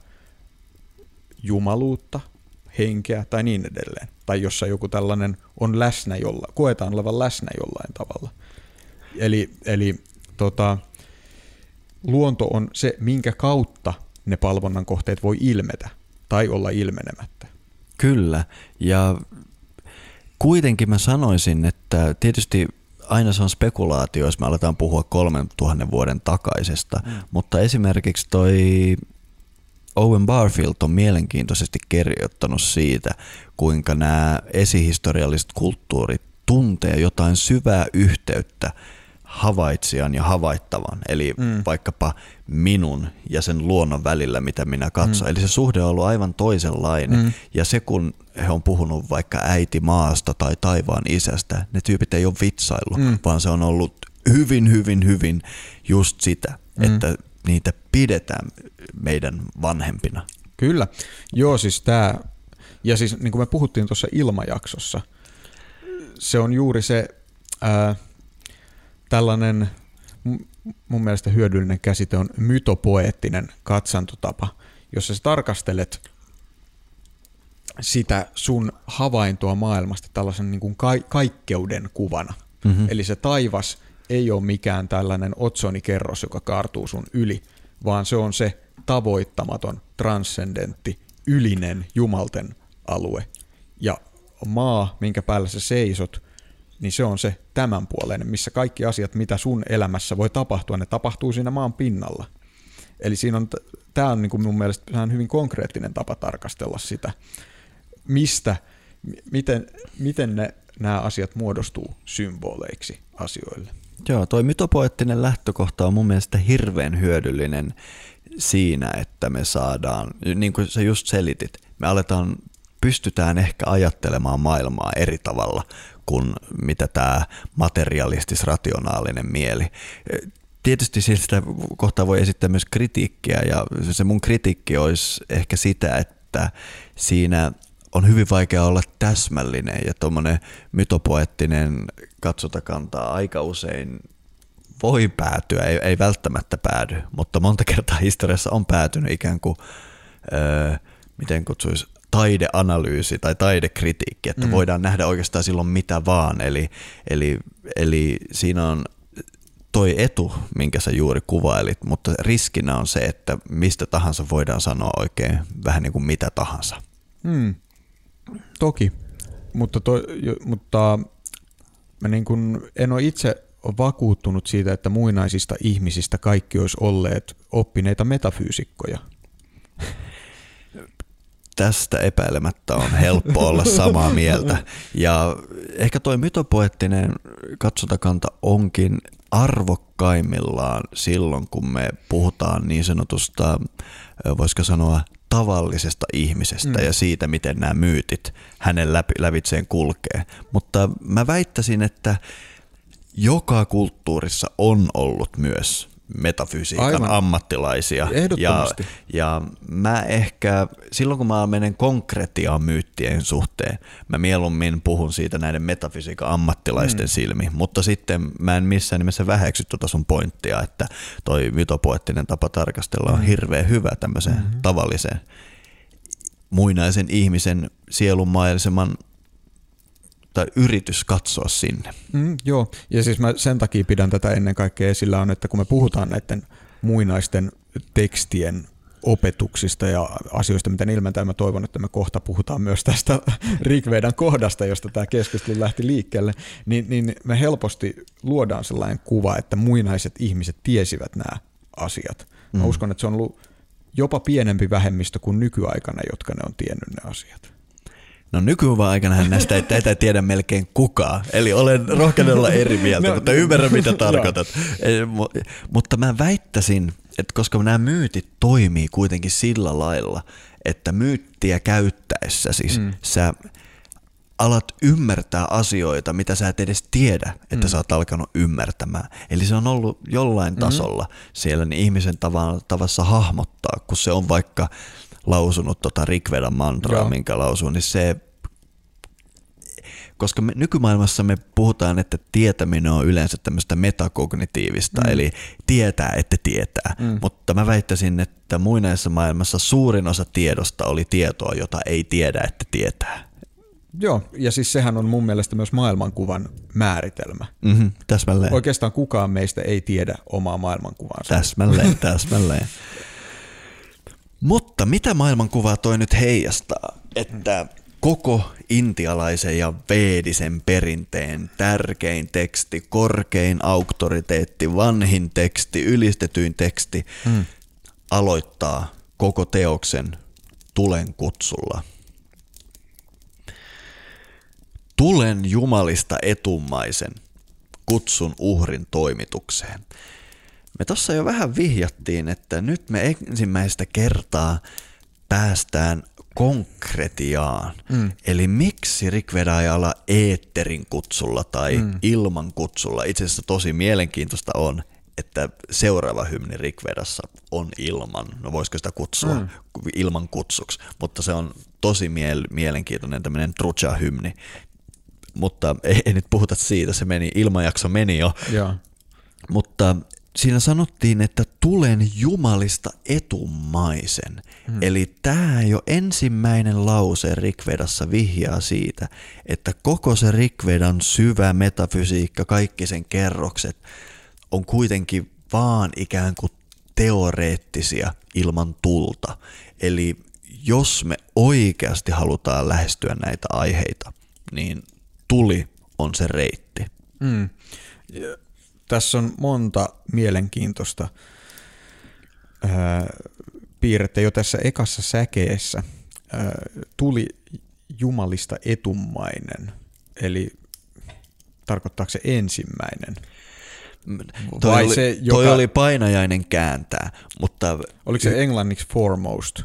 jumaluutta, henkeä tai niin edelleen, tai jossa joku tällainen on läsnä jolla, koetaan olevan läsnä jollain tavalla. Eli, eli tota, luonto on se, minkä kautta ne palvonnan kohteet voi ilmetä tai olla ilmenemättä. Kyllä, ja kuitenkin mä sanoisin, että tietysti aina se on spekulaatio, jos me aletaan puhua kolmen tuhannen vuoden takaisesta, mm. mutta esimerkiksi toi Owen Barfield on mielenkiintoisesti kirjoittanut siitä, kuinka nämä esihistorialliset kulttuurit tuntee jotain syvää yhteyttä havaitsijan ja havaittavan, eli mm. vaikkapa minun ja sen luonnon välillä, mitä minä katson. Mm. Eli se suhde on ollut aivan toisenlainen, mm. ja se kun he on puhunut vaikka äiti maasta tai taivaan isästä, ne tyypit ei ole vitsailu, mm. vaan se on ollut hyvin, hyvin, hyvin just sitä, mm. että niitä pidetään meidän vanhempina. Kyllä, joo siis tämä, ja siis niin kuin me puhuttiin tuossa ilmajaksossa, se on juuri se ää, tällainen mun mielestä hyödyllinen käsite on mytopoeettinen katsantotapa, jossa sä tarkastelet sitä sun havaintoa maailmasta tällaisen niin kuin ka- kaikkeuden kuvana. Mm-hmm. Eli se taivas ei ole mikään tällainen otsonikerros, joka kaartuu sun yli, vaan se on se tavoittamaton, transcendentti, ylinen jumalten alue. Ja maa, minkä päällä sä seisot, niin se on se tämänpuoleinen, missä kaikki asiat, mitä sun elämässä voi tapahtua, ne tapahtuu siinä maan pinnalla. Eli siinä on, tämä on niin kuin mun mielestä vähän hyvin konkreettinen tapa tarkastella sitä, mistä, miten, miten ne, nämä asiat muodostuu symboleiksi asioille. Joo, toi mytopoettinen lähtökohta on mun mielestä hirveän hyödyllinen siinä, että me saadaan, niin kuin sä just selitit, me aletaan, pystytään ehkä ajattelemaan maailmaa eri tavalla kuin mitä tämä materialistis-rationaalinen mieli. Tietysti sitä kohtaa voi esittää myös kritiikkiä, ja se mun kritiikki olisi ehkä sitä, että siinä on hyvin vaikea olla täsmällinen, ja tuommoinen mytopoettinen katsotakantaa aika usein voi päätyä, ei, ei välttämättä päädy, mutta monta kertaa historiassa on päätynyt ikään kuin, öö, miten kutsuisi, taideanalyysi tai taidekritiikki, että mm. voidaan nähdä oikeastaan silloin mitä vaan, eli, eli, eli siinä on toi etu, minkä sä juuri kuvailit, mutta riskinä on se, että mistä tahansa voidaan sanoa oikein vähän niin kuin mitä tahansa. Hmm. Toki, mutta, toi, mutta mä niin kuin en ole itse vakuuttunut siitä, että muinaisista ihmisistä kaikki olisi olleet oppineita metafyysikkoja. Tästä epäilemättä on helppo olla samaa mieltä. Ja ehkä toi mytopoettinen katsotakanta onkin arvokkaimmillaan silloin, kun me puhutaan niin sanotusta, voisiko sanoa, tavallisesta ihmisestä mm. ja siitä, miten nämä myytit hänen läpi, lävitseen kulkee. Mutta mä väittäisin, että joka kulttuurissa on ollut myös metafysiikan Aivan. ammattilaisia. Ehdottomasti. Ja, ja mä ehkä, silloin kun mä menen konkretiaan myyttien suhteen, mä mieluummin puhun siitä näiden metafysiikan ammattilaisten mm. silmi, mutta sitten mä en missään nimessä väheksy tuota sun pointtia, että toi mytopoettinen tapa tarkastella on mm. hirveän hyvä tämmöisen mm-hmm. tavallisen muinaisen ihmisen sielunmaiseman tai yritys katsoa sinne. Mm, joo, ja siis mä sen takia pidän tätä ennen kaikkea esillä on, että kun me puhutaan näiden muinaisten tekstien opetuksista ja asioista, mitä ne ilmentää, mä toivon, että me kohta puhutaan myös tästä Rigvedan kohdasta, josta tämä keskustelu lähti liikkeelle, niin, niin me helposti luodaan sellainen kuva, että muinaiset ihmiset tiesivät nämä asiat. Mä mm. uskon, että se on ollut jopa pienempi vähemmistö kuin nykyaikana, jotka ne on tiennyt ne asiat. No nykyaikanahan näistä ei tätä tiedä melkein kukaan, eli olen rohkeinen olla eri mieltä, no, mutta ymmärrän mitä tarkoitat. Mutta mä väittäisin, että koska nämä myytit toimii kuitenkin sillä lailla, että myyttiä käyttäessäsi mm. sä alat ymmärtää asioita, mitä sä et edes tiedä, että mm. sä oot alkanut ymmärtämään. Eli se on ollut jollain mm. tasolla siellä niin ihmisen tavassa hahmottaa, kun se on vaikka lausunut tota Rigvedan mantraa, Joo. minkä lausuu, niin se, koska me, nykymaailmassa me puhutaan, että tietäminen on yleensä tämmöistä metakognitiivista, mm. eli tietää, että tietää, mm. mutta mä väittäisin, että muinaisessa maailmassa suurin osa tiedosta oli tietoa, jota ei tiedä, että tietää. Joo, ja siis sehän on mun mielestä myös maailmankuvan määritelmä. Mm-hmm, täsmälleen. Oikeastaan kukaan meistä ei tiedä omaa maailmankuvaansa. Täsmälleen, täsmälleen. Mutta mitä maailmankuvaa toi nyt heijastaa, että koko intialaisen ja veedisen perinteen tärkein teksti, korkein auktoriteetti, vanhin teksti, ylistetyin teksti mm. aloittaa koko teoksen tulen kutsulla. Tulen jumalista etummaisen, kutsun uhrin toimitukseen. Me tuossa jo vähän vihjattiin, että nyt me ensimmäistä kertaa päästään konkretiaan. Mm. Eli miksi Rigveda ei ala eetterin kutsulla tai mm. ilman kutsulla. Itse asiassa tosi mielenkiintoista on, että seuraava hymni Rigvedassa on ilman. No voisiko sitä kutsua mm. ilman kutsuksi, mutta se on tosi miel- mielenkiintoinen tämmöinen Trucha-hymni. Mutta ei, ei nyt puhuta siitä, se meni, ilmajakso meni jo. Ja. Mutta siinä sanottiin, että tulen jumalista etummaisen. Hmm. Eli tämä jo ensimmäinen lause Rigvedassa vihjaa siitä, että koko se Rigvedan syvä metafysiikka, kaikki sen kerrokset on kuitenkin vaan ikään kuin teoreettisia ilman tulta. Eli jos me oikeasti halutaan lähestyä näitä aiheita, niin tuli on se reitti. Hmm. Tässä on monta mielenkiintoista ää, piirrettä jo tässä ekassa säkeessä. Ää, tuli jumalista etummainen, eli tarkoittaako se ensimmäinen? Toi, Vai oli, se, joka... toi oli painajainen kääntää, mutta... Oliko se englanniksi foremost?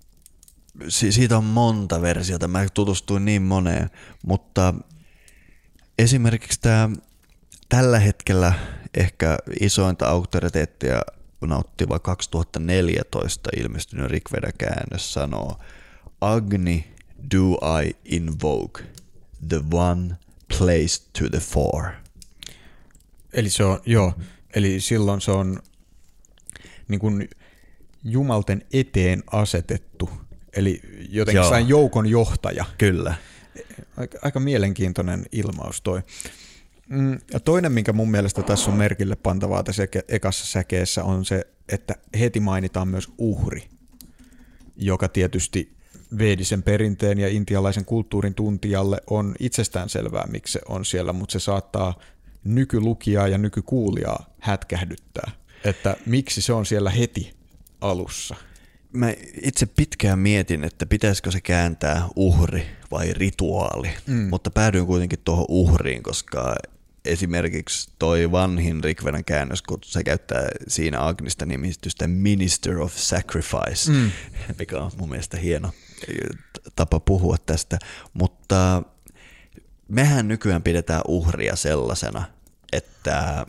Si- siitä on monta versiota, mä tutustuin niin moneen, mutta esimerkiksi tämä tällä hetkellä ehkä isointa auktoriteettia nauttiva kaksituhattaneljätoista ilmestynyt Rigveda-käännös sanoo Agni do I invoke, the one placed to the fore. Eli se on, joo, eli silloin se on niin kuin jumalten eteen asetettu, eli jotenkin sain joukon johtaja. Kyllä. Aika, aika mielenkiintoinen ilmaus toi. Mm, ja toinen, minkä mun mielestä tässä on merkille pantavaa tässä ekassa säkeessä, on se, että heti mainitaan myös uhri, joka tietysti veedisen perinteen ja intialaisen kulttuurin tuntijalle on itsestään selvää, miksi se on siellä, mutta se saattaa nykylukijaa ja nykykuulijaa hätkähdyttää, että miksi se on siellä heti alussa. Mä itse pitkään mietin, että pitäisikö se kääntää uhri vai rituaali, mm. mutta päädyin kuitenkin tuohon uhriin, koska esimerkiksi toi vanhin Rigvedan käännös, kun se käyttää siinä Agnista nimistystä Minister of Sacrifice, mm. mikä on mun mielestä hieno tapa puhua tästä, mutta mehän nykyään pidetään uhria sellaisena, että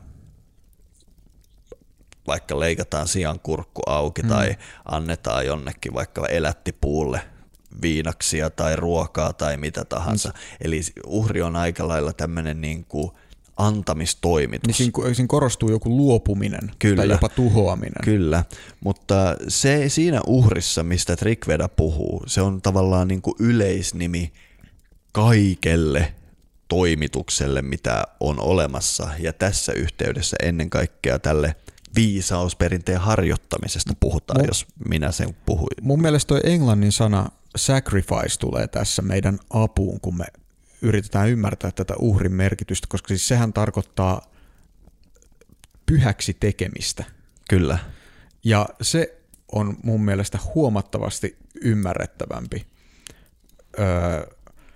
vaikka leikataan sian kurkku auki mm. tai annetaan jonnekin vaikka elättipuulle viinaksia tai ruokaa tai mitä tahansa. Mm. Eli uhri on aika lailla tämmöinen niin kuin antamistoimitus. Niin siinä, siinä korostuu joku luopuminen Kyllä. tai jopa tuhoaminen. Kyllä, mutta se siinä uhrissa, mistä Rigveda puhuu, se on tavallaan niin kuin yleisnimi kaikelle toimitukselle, mitä on olemassa. Ja tässä yhteydessä ennen kaikkea tälle viisausperinteen harjoittamisesta puhutaan, mun, jos minä sen puhuin. Mun mielestä toi englannin sana sacrifice tulee tässä meidän apuun, kun me yritetään ymmärtää tätä uhrin merkitystä, koska siis sehän tarkoittaa pyhäksi tekemistä. Kyllä. Ja se on mun mielestä huomattavasti ymmärrettävämpi öö,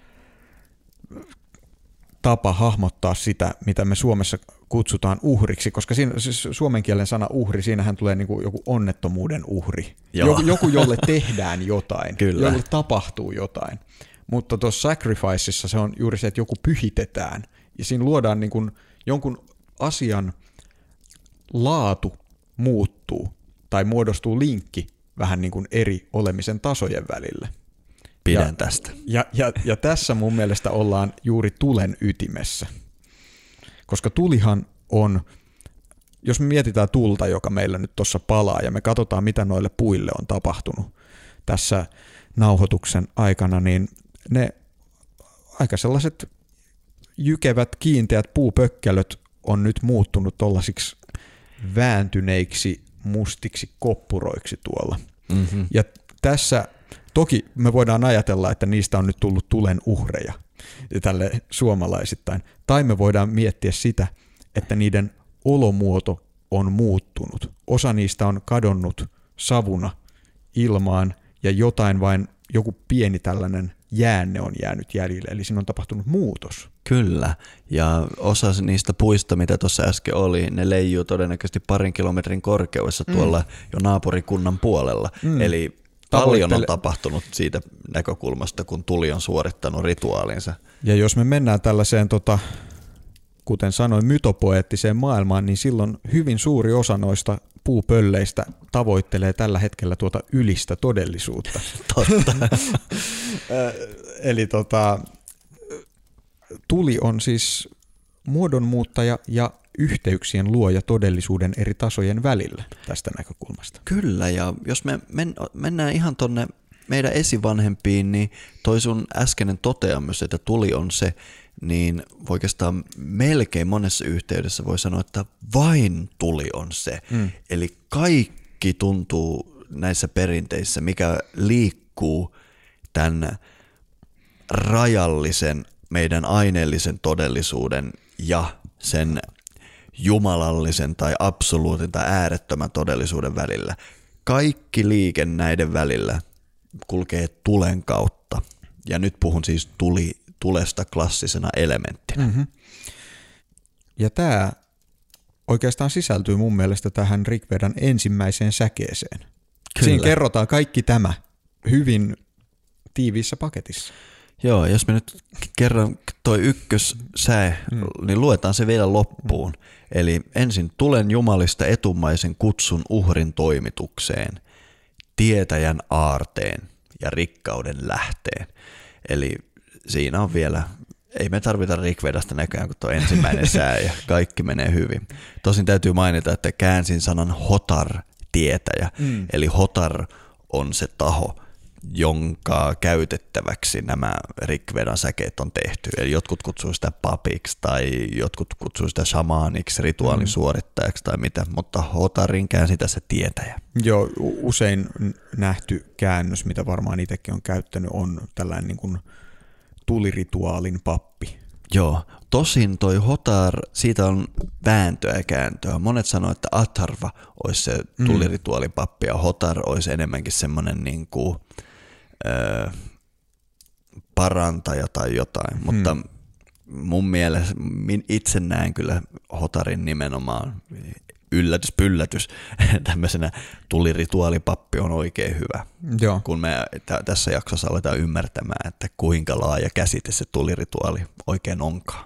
tapa hahmottaa sitä, mitä me Suomessa kutsutaan uhriksi, koska siinä, siis suomen kielen sana uhri, siinähän tulee niin kuin joku onnettomuuden uhri. Joku, joku, jolle tehdään jotain, Kyllä. jolle tapahtuu jotain. Mutta tuossa sacrificeissa se on juuri se, että joku pyhitetään, ja siinä luodaan niin kuin jonkun asian laatu muuttuu, tai muodostuu linkki vähän niin kuin eri olemisen tasojen välille. Pidän ja, tästä. Ja, ja, ja tässä mun mielestä ollaan juuri tulen ytimessä. Koska tulihan on, jos me mietitään tulta, joka meillä nyt tuossa palaa, ja me katsotaan, mitä noille puille on tapahtunut tässä nauhoituksen aikana, niin ne aika sellaiset jykevät, kiinteät puupökkelöt on nyt muuttunut tollasiksi vääntyneiksi, mustiksi koppuroiksi tuolla. Mm-hmm. Ja tässä toki me voidaan ajatella, että niistä on nyt tullut tulen uhreja tälle suomalaisittain. Tai me voidaan miettiä sitä, että niiden olomuoto on muuttunut. Osa niistä on kadonnut savuna ilmaan ja jotain vain, joku pieni tällainen jäänne on jäänyt jäljelle. Eli siinä on tapahtunut muutos. Kyllä, ja osa niistä puista, mitä tuossa äsken oli, ne leijuu todennäköisesti parin kilometrin korkeudessa mm. tuolla jo naapurikunnan puolella. Mm. Eli paljon on tapahtunut siitä näkökulmasta, kun tuli on suorittanut rituaalinsa. Ja jos me mennään tällaiseen, tota, kuten sanoin, mytopoeettiseen maailmaan, niin silloin hyvin suuri osa noista puupölleistä tavoittelee tällä hetkellä tuota ylistä todellisuutta. Totta. Eli tota, tuli on siis muodonmuuttaja ja yhteyksien luoja todellisuuden eri tasojen välillä tästä näkökulmasta. Kyllä, ja jos me men, mennään ihan tonne meidän esivanhempiin, niin toi sun äskeinen toteamus, että tuli on se, niin oikeastaan melkein monessa yhteydessä voi sanoa, että vain tuli on se. Mm. Eli kaikki tuntuu näissä perinteissä, mikä liikkuu tämän rajallisen, meidän aineellisen todellisuuden ja sen jumalallisen tai absoluutin tai äärettömän todellisuuden välillä. Kaikki liike näiden välillä kulkee tulen kautta. Ja nyt puhun siis tuli, tulesta klassisena elementtinä. Mm-hmm. Ja tämä oikeastaan sisältyy mun mielestä tähän Rigvedan ensimmäiseen säkeeseen. Kyllä. Siinä kerrotaan kaikki tämä hyvin tiiviissä paketissa. Joo, jos me nyt kerran toi ykkössää, mm. niin luetaan se vielä loppuun. Mm. Eli ensin tulen jumalista etumaisen kutsun uhrin toimitukseen, tietäjän aarteen ja rikkauden lähteen. Eli siinä on vielä, ei me tarvita Rigvedasta näköjään kuin tuo ensimmäinen sää ja kaikki menee hyvin. Tosin täytyy mainita, että käänsin sanan hotar, tietäjä. Mm. Eli hotar on se taho, jonka käytettäväksi nämä Rigvedan säkeet on tehty. Eli jotkut kutsuu sitä papiksi tai jotkut kutsuu sitä shamaaniksi, rituaalin suorittajaksi tai mitä, mutta Hotarin käänsi tässä tietäjä. Joo, usein nähty käännös, mitä varmaan itsekin on käyttänyt, on tällainen niin kuin tulirituaalin pappi. Joo, tosin toi Hotar, siitä on vääntöä ja kääntöä. Monet sanoo, että Atharva olisi se tulirituaalipappi ja Hotar olisi enemmänkin semmoinen niin kuin, ö, parantaja tai jotain, mutta mm. mun mielestä itse näen kyllä Hotarin nimenomaan yllätys, pyllätys, tämmöisenä tulirituaalipappi on oikein hyvä. Joo. Kun me t- tässä jaksossa aletaan ymmärtämään, että kuinka laaja käsite se tulirituaali oikein onkaan.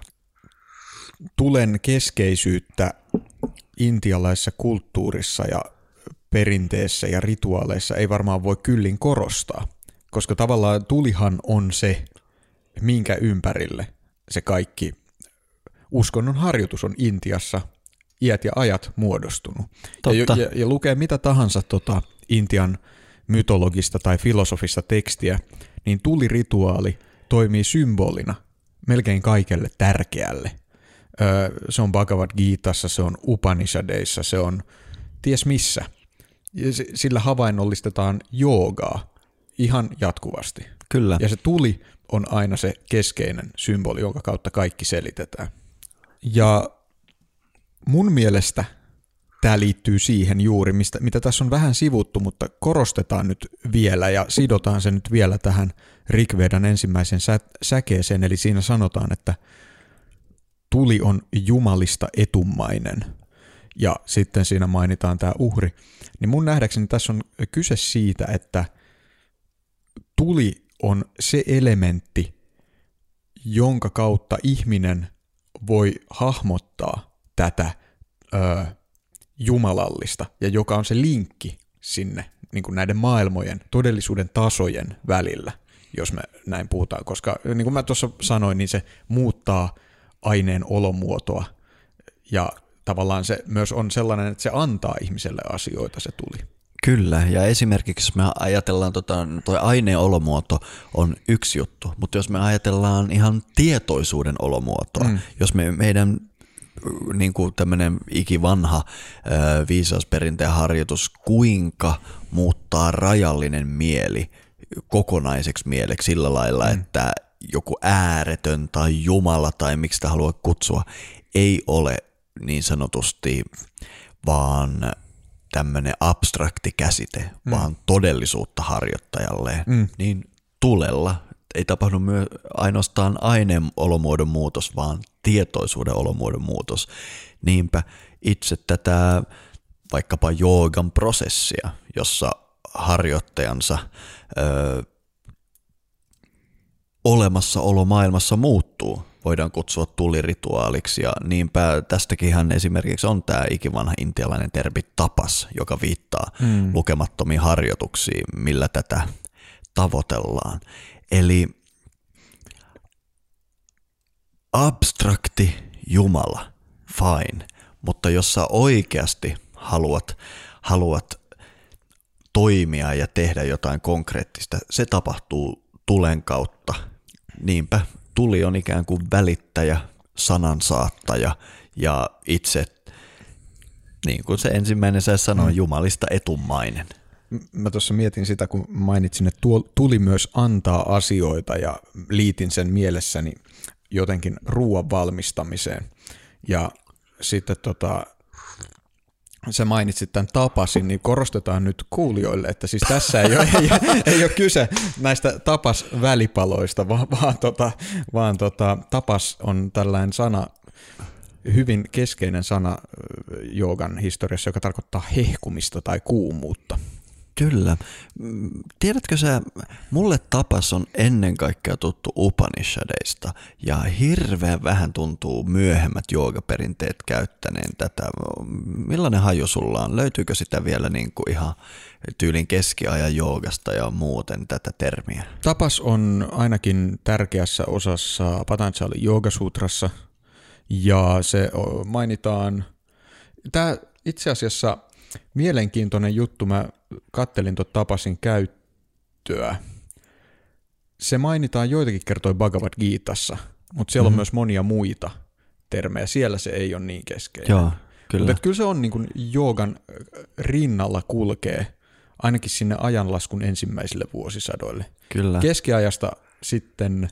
Tulen keskeisyyttä intialaisessa kulttuurissa ja perinteessä ja rituaaleissa ei varmaan voi kyllin korostaa, koska tavallaan tulihan on se, minkä ympärille se kaikki uskonnon harjoitus on Intiassa iät ja ajat muodostunut. Ja, ja, ja lukee mitä tahansa tota Intian mytologista tai filosofista tekstiä, niin tulirituaali toimii symbolina melkein kaikelle tärkeälle. Öö, se on Bhagavad Gitassa, se on Upanishadeissa, se on ties missä. Ja sillä havainnollistetaan joogaa ihan jatkuvasti. Kyllä. Ja se tuli on aina se keskeinen symboli, jonka kautta kaikki selitetään. Ja mun mielestä tämä liittyy siihen juuri, mistä, mitä tässä on vähän sivuttu, mutta korostetaan nyt vielä ja sidotaan se nyt vielä tähän Rigvedan ensimmäisen sä, säkeeseen, eli siinä sanotaan, että tuli on jumalista etumainen ja sitten siinä mainitaan tämä uhri. Niin mun nähdäkseni tässä on kyse siitä, että tuli on se elementti, jonka kautta ihminen voi hahmottaa tätä ö, jumalallista, ja joka on se linkki sinne niin kuin näiden maailmojen, todellisuuden tasojen välillä, jos me näin puhutaan, koska niin kuin mä tuossa sanoin, niin se muuttaa aineen olomuotoa, ja tavallaan se myös on sellainen, että se antaa ihmiselle asioita, se tuli. Kyllä, ja esimerkiksi jos me ajatellaan, tota, toi aineen olomuoto on yksi juttu, mutta jos me ajatellaan ihan tietoisuuden olomuotoa, mm. jos me meidän niin kuin tämmöinen ikivanha ö, viisausperinteen harjoitus, kuinka muuttaa rajallinen mieli kokonaiseksi mieleksi sillä lailla, mm. että joku ääretön tai jumala tai miksi sitä haluaa kutsua, ei ole niin sanotusti vaan tämmöinen abstrakti käsite, mm. vaan todellisuutta harjoittajalle, mm. niin tulella ei tapahdu myös ainoastaan aineen olomuodon muutos, vaan tietoisuuden olomuodon muutos. Niinpä itse tätä vaikkapa joogan prosessia, jossa harjoittajansa ö, olemassaolo maailmassa muuttuu, voidaan kutsua tulirituaaliksi, ja niinpä tästäkinhän esimerkiksi on tämä ikivanha intialainen termi tapas, joka viittaa mm. lukemattomiin harjoituksiin, millä tätä tavoitellaan. Eli abstrakti Jumala, fine, mutta jos sä oikeasti haluat, haluat toimia ja tehdä jotain konkreettista, se tapahtuu tulen kautta. Niinpä tuli on ikään kuin välittäjä, sanansaattaja ja itse, niin kuin se ensimmäinen sä sanoi, mm. jumalista etumainen. Mä tuossa mietin sitä, kun mainitsin, että tuli myös antaa asioita ja liitin sen mielessäni jotenkin ruoan valmistamiseen. Ja sitten tota, sä mainitsit tämän tapasin, niin korostetaan nyt kuulijoille, että siis tässä ei ole, ei, ei ole kyse näistä tapas-välipaloista, vaan, vaan, tota, vaan tota, tapas on tällainen sana, hyvin keskeinen sana joogan historiassa, joka tarkoittaa hehkumista tai kuumuutta. Kyllä. Tiedätkö sä, mulle tapas on ennen kaikkea tuttu Upanishadeista ja hirveän vähän tuntuu myöhemmät joogaperinteet käyttäneen tätä. Millainen haju sulla on? Löytyykö sitä vielä niin kuin ihan tyylin keskiajan joogasta ja muuten tätä termiä? Tapas on ainakin tärkeässä osassa Patanjali Yoogasutrassa ja se mainitaan, tämä itse asiassa mielenkiintoinen juttu, mä kattelin tuota tapasin tiettyä. Se mainitaan joitakin kertoi Bhagavad Gitassa, mutta siellä mm-hmm. on myös monia muita termejä. Siellä se ei ole niin keskeinen. Joo, kyllä. Mutta kyllä se on niin kuin joogan rinnalla kulkee ainakin sinne ajanlaskun ensimmäisille vuosisadoille. Kyllä. Keskiajasta sitten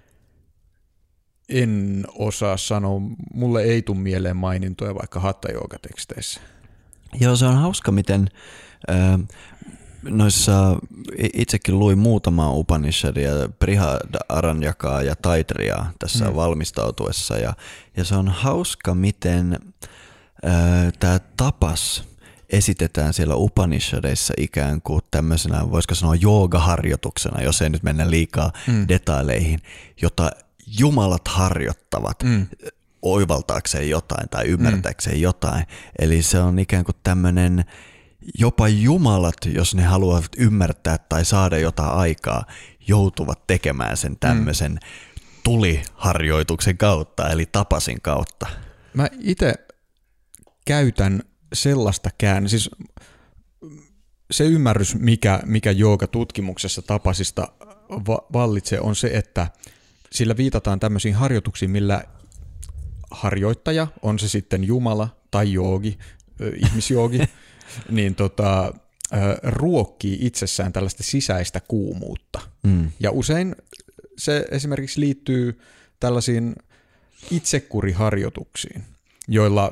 en osaa sanoa, mulle ei tule mieleen mainintoja vaikka hatha-joogateksteissä. Joo, se on hauska, miten äh, noissa itsekin luin muutamaa Upanishadia, Brihadaranyaka ja Taitriaa tässä mm. valmistautuessa, ja, ja se on hauska, miten äh, tämä tapas esitetään siellä Upanishadeissa ikään kuin tämmöisenä, voisiko sanoa joogaharjoituksena, jos ei nyt mennä liikaa mm. detaileihin, jota jumalat harjoittavat mm. oivaltaakseen jotain tai ymmärtääkseen mm. jotain. Eli se on ikään kuin tämmöinen, jopa jumalat, jos ne haluavat ymmärtää tai saada jotain aikaa, joutuvat tekemään sen tämmöisen mm. tuliharjoituksen kautta, eli tapasin kautta. Mä itse käytän sellaista käänne, siis se ymmärrys, mikä, mikä joogatutkimuksessa tapasista va- vallitsee, on se, että sillä viitataan tämmöisiin harjoituksiin, millä harjoittaja, on se sitten jumala tai joogi, ihmisjoogi, niin tota, ruokkii itsessään tällaista sisäistä kuumuutta. Mm. Ja usein se esimerkiksi liittyy tällaisiin itsekuriharjoituksiin, joilla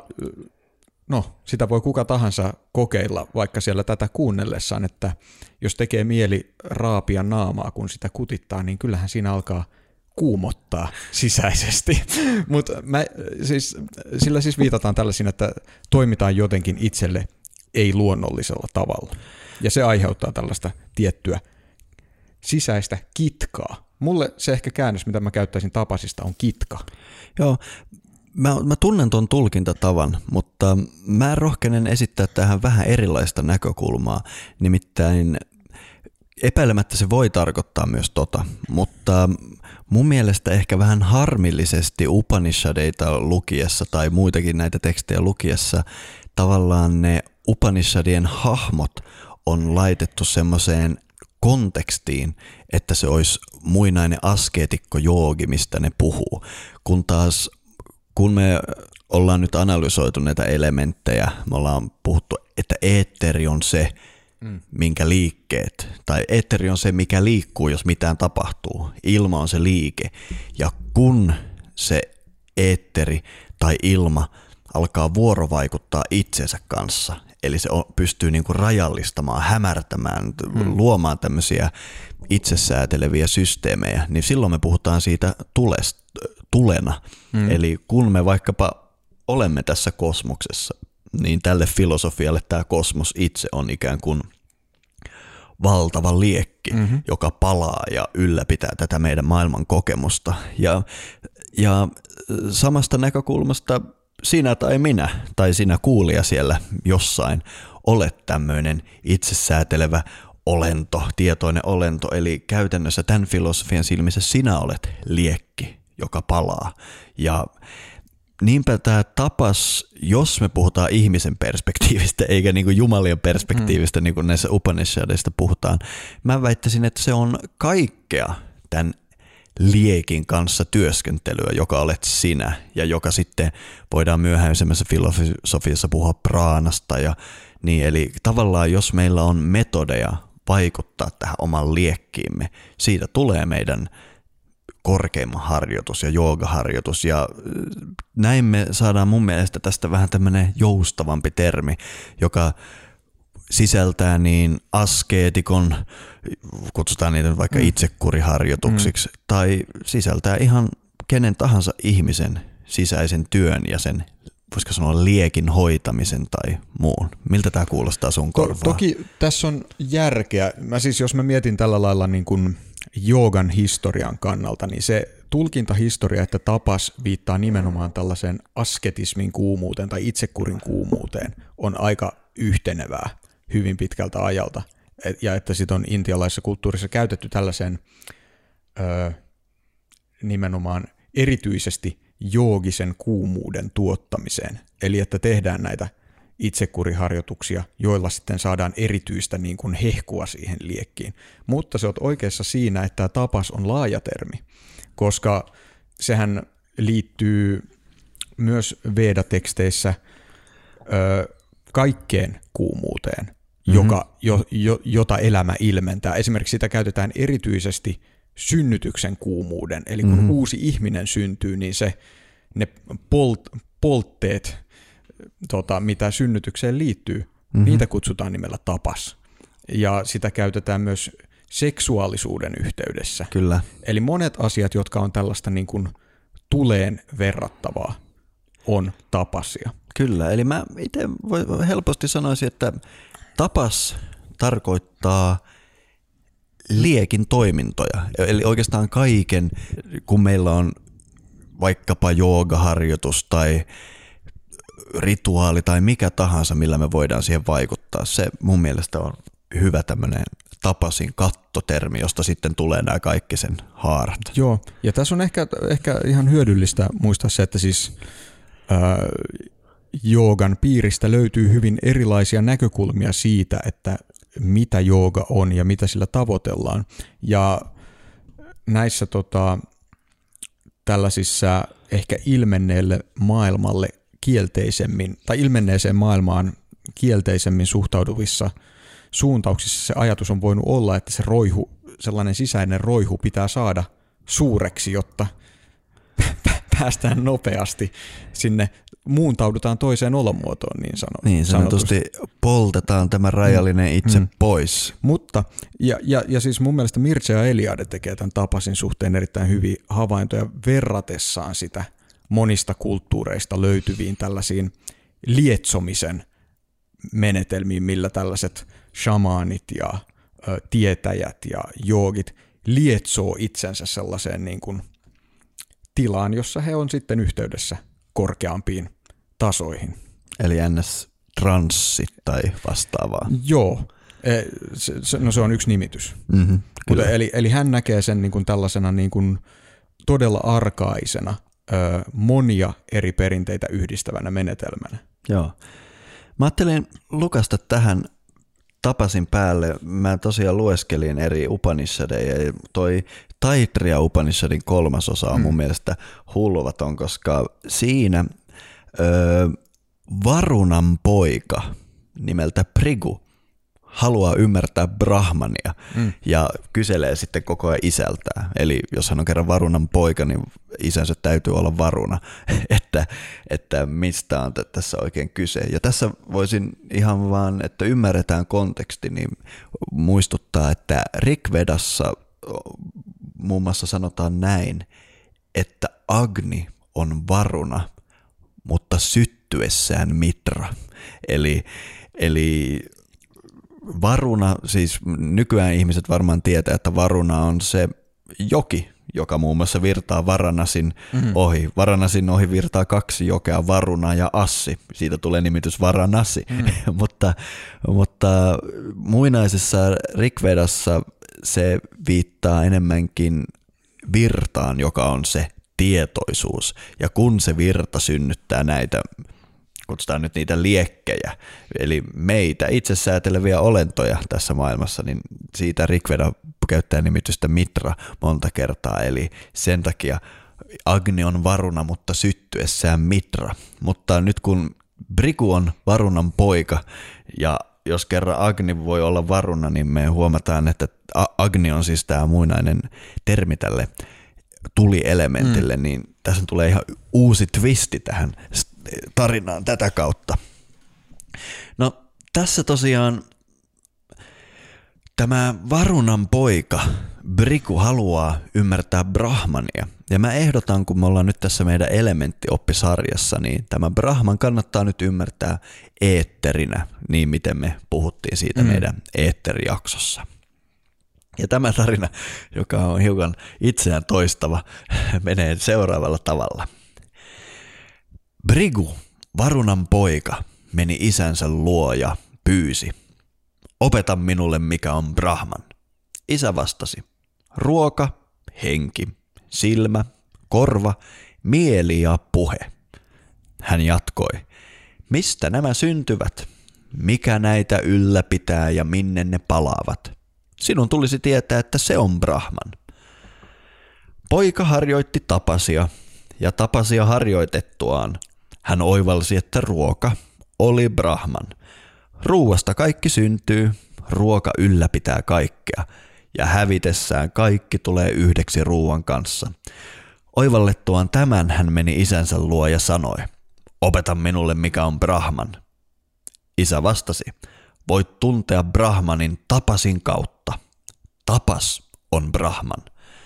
no, sitä voi kuka tahansa kokeilla vaikka siellä tätä kuunnellessaan, että jos tekee mieli raapia naamaa, kun sitä kutittaa, niin kyllähän siinä alkaa kuumottaa sisäisesti. Mut mä, siis, sillä siis viitataan tällaisiin, että toimitaan jotenkin itselle ei-luonnollisella tavalla. Ja se aiheuttaa tällaista tiettyä sisäistä kitkaa. Mulle se ehkä käännös, mitä mä käyttäisin tapasista, on kitka. Joo. Mä, mä tunnen ton tulkintatavan, mutta mä rohkenen esittää tähän vähän erilaista näkökulmaa. Nimittäin epäilemättä se voi tarkoittaa myös tota, mutta mun mielestä ehkä vähän harmillisesti Upanishadeita lukiessa tai muitakin näitä tekstejä lukiessa tavallaan ne Upanishadien hahmot on laitettu semmoiseen kontekstiin, että se olisi muinainen askeetikko joogi, mistä ne puhuu, kun taas kun me ollaan nyt analysoitu näitä elementtejä, me ollaan puhuttu, että eetteri on se, mm. minkä liikkeet, tai eetteri on se, mikä liikkuu, jos mitään tapahtuu. Ilma on se liike, ja kun se eetteri tai ilma alkaa vuorovaikuttaa itsensä kanssa, eli se on, pystyy niinku rajallistamaan, hämärtämään, mm. luomaan tämmöisiä itsesääteleviä systeemejä, niin silloin me puhutaan siitä tulesta, tulena. Mm. Eli kun me vaikkapa olemme tässä kosmoksessa, niin tälle filosofialle tämä kosmos itse on ikään kuin valtava liekki, mm-hmm. joka palaa ja ylläpitää tätä meidän maailman kokemusta. Ja, ja samasta näkökulmasta sinä tai minä, tai sinä kuulija siellä jossain, olet tämmöinen itsesäätelevä olento, tietoinen olento, eli käytännössä tämän filosofian silmissä sinä olet liekki, joka palaa. Ja niinpä tämä tapas, jos me puhutaan ihmisen perspektiivistä eikä niinku jumalien perspektiivistä, mm. niin kuin näissä Upanishadeista puhutaan, mä väittäisin, että se on kaikkea tämän liekin kanssa työskentelyä, joka olet sinä ja joka sitten voidaan myöhäisemmässä filosofiassa puhua praanasta. Ja niin, eli tavallaan jos meillä on metodeja vaikuttaa tähän oman liekkiimme, siitä tulee meidän korkeimman harjoitus ja joogaharjoitus, ja näin me saadaan mun mielestä tästä vähän tämmöinen joustavampi termi, joka sisältää niin askeetikon, kutsutaan niitä vaikka mm. itsekuriharjoituksiksi, mm. tai sisältää ihan kenen tahansa ihmisen sisäisen työn ja sen, voisiko sanoa, liekin hoitamisen tai muun. Miltä tämä kuulostaa sun korvaan? To- toki tässä on järkeä. Mä siis, jos mä mietin tällä lailla niin kuin joogan historian kannalta, niin se tulkintahistoria, että tapas viittaa nimenomaan tällaiseen asketismin kuumuuteen tai itsekurin kuumuuteen, on aika yhtenevää hyvin pitkältä ajalta. Et, ja että sit on intialaisessa kulttuurissa käytetty tällaisen ö, nimenomaan erityisesti joogisen kuumuuden tuottamiseen. Eli että tehdään näitä itsekuriharjoituksia, joilla sitten saadaan erityistä niin kuin hehkua siihen liekkiin. Mutta sä oot oikeassa siinä, että tämä tapas on laaja termi, koska sehän liittyy myös Veda-teksteissä ö, kaikkeen kuumuuteen, mm-hmm. joka, jo, jo, jota elämä ilmentää. Esimerkiksi sitä käytetään erityisesti synnytyksen kuumuuden, eli kun mm-hmm. uusi ihminen syntyy, niin se, ne polt, poltteet, tota, mitä synnytykseen liittyy, mm-hmm. niitä kutsutaan nimellä tapas. Ja sitä käytetään myös seksuaalisuuden yhteydessä. Kyllä. Eli monet asiat, jotka on tällaista niin kuin tuleen verrattavaa, on tapasia. Kyllä, eli mä itse helposti sanoisin, että tapas tarkoittaa liekin toimintoja. Eli oikeastaan kaiken, kun meillä on vaikkapa joogaharjoitus tai rituaali tai mikä tahansa, millä me voidaan siihen vaikuttaa. Se mun mielestä on hyvä tämmöinen tapasin kattotermi, josta sitten tulee nämä kaikki sen haarat. Joo, ja tässä on ehkä, ehkä ihan hyödyllistä muistaa se, että siis ää, joogan piiristä löytyy hyvin erilaisia näkökulmia siitä, että mitä jooga on ja mitä sillä tavoitellaan. Ja näissä tota, tällaisissa ehkä ilmenneelle maailmalle kielteisemmin, tai ilmenneeseen maailmaan kielteisemmin suhtauduvissa suuntauksissa se ajatus on voinut olla, että se roihu, sellainen sisäinen roihu pitää saada suureksi, jotta päästään nopeasti sinne, muuntaudutaan toiseen olomuotoon niin sanotusti. Niin sanotusti poltetaan tämä rajallinen itse mm. pois. Mutta, ja, ja, ja siis mun mielestä Mircea Eliade tekee tämän tapasin suhteen erittäin hyviä havaintoja verratessaan sitä monista kulttuureista löytyviin tällaisiin lietsomisen menetelmiin, millä tällaiset shamaanit ja ö, tietäjät ja joogit lietsoo itsensä sellaiseen niin kuin tilaan, jossa he on sitten yhteydessä korkeampiin tasoihin. Eli ns. Transsi tai vastaavaa. Joo, se, se, no se on yksi nimitys. Mm-hmm, Mutta eli, eli hän näkee sen niin kuin tällaisena niin kuin todella arkaisena, ö, monia eri perinteitä yhdistävänä menetelmänä. Joo. Mä ajattelin lukasta tähän tapasin päälle. Mä tosiaan lueskelin eri Upanishadeja ja toi Taittiriya Upanishadin kolmas osa on mm. mun mielestä hulvaton, koska siinä ö, Varunan poika nimeltä Prigu haluaa ymmärtää Brahmania mm. ja kyselee sitten koko ajan isältään. Eli jos hän on kerran Varunan poika, niin isänsä täytyy olla Varuna, että, että mistä on t- tässä oikein kyse. Ja tässä voisin ihan vaan, että ymmärretään konteksti, niin muistuttaa, että Rigvedassa muun muassa sanotaan näin, että Agni on Varuna, mutta syttyessään Mitra. Eli, eli Varuna, siis nykyään ihmiset varmaan tietää, että Varuna on se joki, joka muun muassa virtaa Varanasin mm-hmm. ohi. Varanasin ohi virtaa kaksi jokea, Varuna ja Assi. Siitä tulee nimitys Varanasi. Mm-hmm. mutta, mutta muinaisessa Rigvedassa se viittaa enemmänkin virtaan, joka on se tietoisuus. Ja kun se virta synnyttää näitä, kutsutaan nyt niitä liekkejä, eli meitä itsesääteleviä olentoja tässä maailmassa, niin siitä Rigveda käyttää nimitystä Mitra monta kertaa, eli sen takia Agni on Varuna, mutta syttyessään Mitra. Mutta nyt kun Brigu on Varunan poika, ja jos kerran Agni voi olla Varuna, niin me huomataan, että Agni on siis tämä muinainen termi tälle tulielementille, mm. niin tässä tulee ihan uusi twisti tähän tarinaan tätä kautta. No tässä tosiaan tämä Varunan poika Brigu haluaa ymmärtää Brahmania. Ja mä ehdotan, kun me ollaan nyt tässä meidän elementtioppisarjassa, niin tämä Brahman kannattaa nyt ymmärtää eetterinä, niin miten me puhuttiin siitä mm. meidän eetterijaksossa. Ja tämä tarina, joka on hiukan itseään toistava, menee seuraavalla tavalla. Brigu, Varunan poika, meni isänsä luo ja pyysi: opeta minulle, mikä on Brahman. Isä vastasi: ruoka, henki, silmä, korva, mieli ja puhe. Hän jatkoi: Mistä nämä syntyvät? Mikä näitä ylläpitää ja minne ne palaavat? Sinun tulisi tietää, että se on Brahman. Poika harjoitti tapasia, ja tapasia harjoitettuaan hän oivalsi, että ruoka oli Brahman. Ruuasta kaikki syntyy, ruoka ylläpitää kaikkea, ja hävitessään kaikki tulee yhdeksi ruuan kanssa. Oivallettuaan tämän hän meni isänsä luo ja sanoi, opeta minulle mikä on Brahman. Isä vastasi, voit tuntea Brahmanin tapasin kautta. Tapas on Brahman.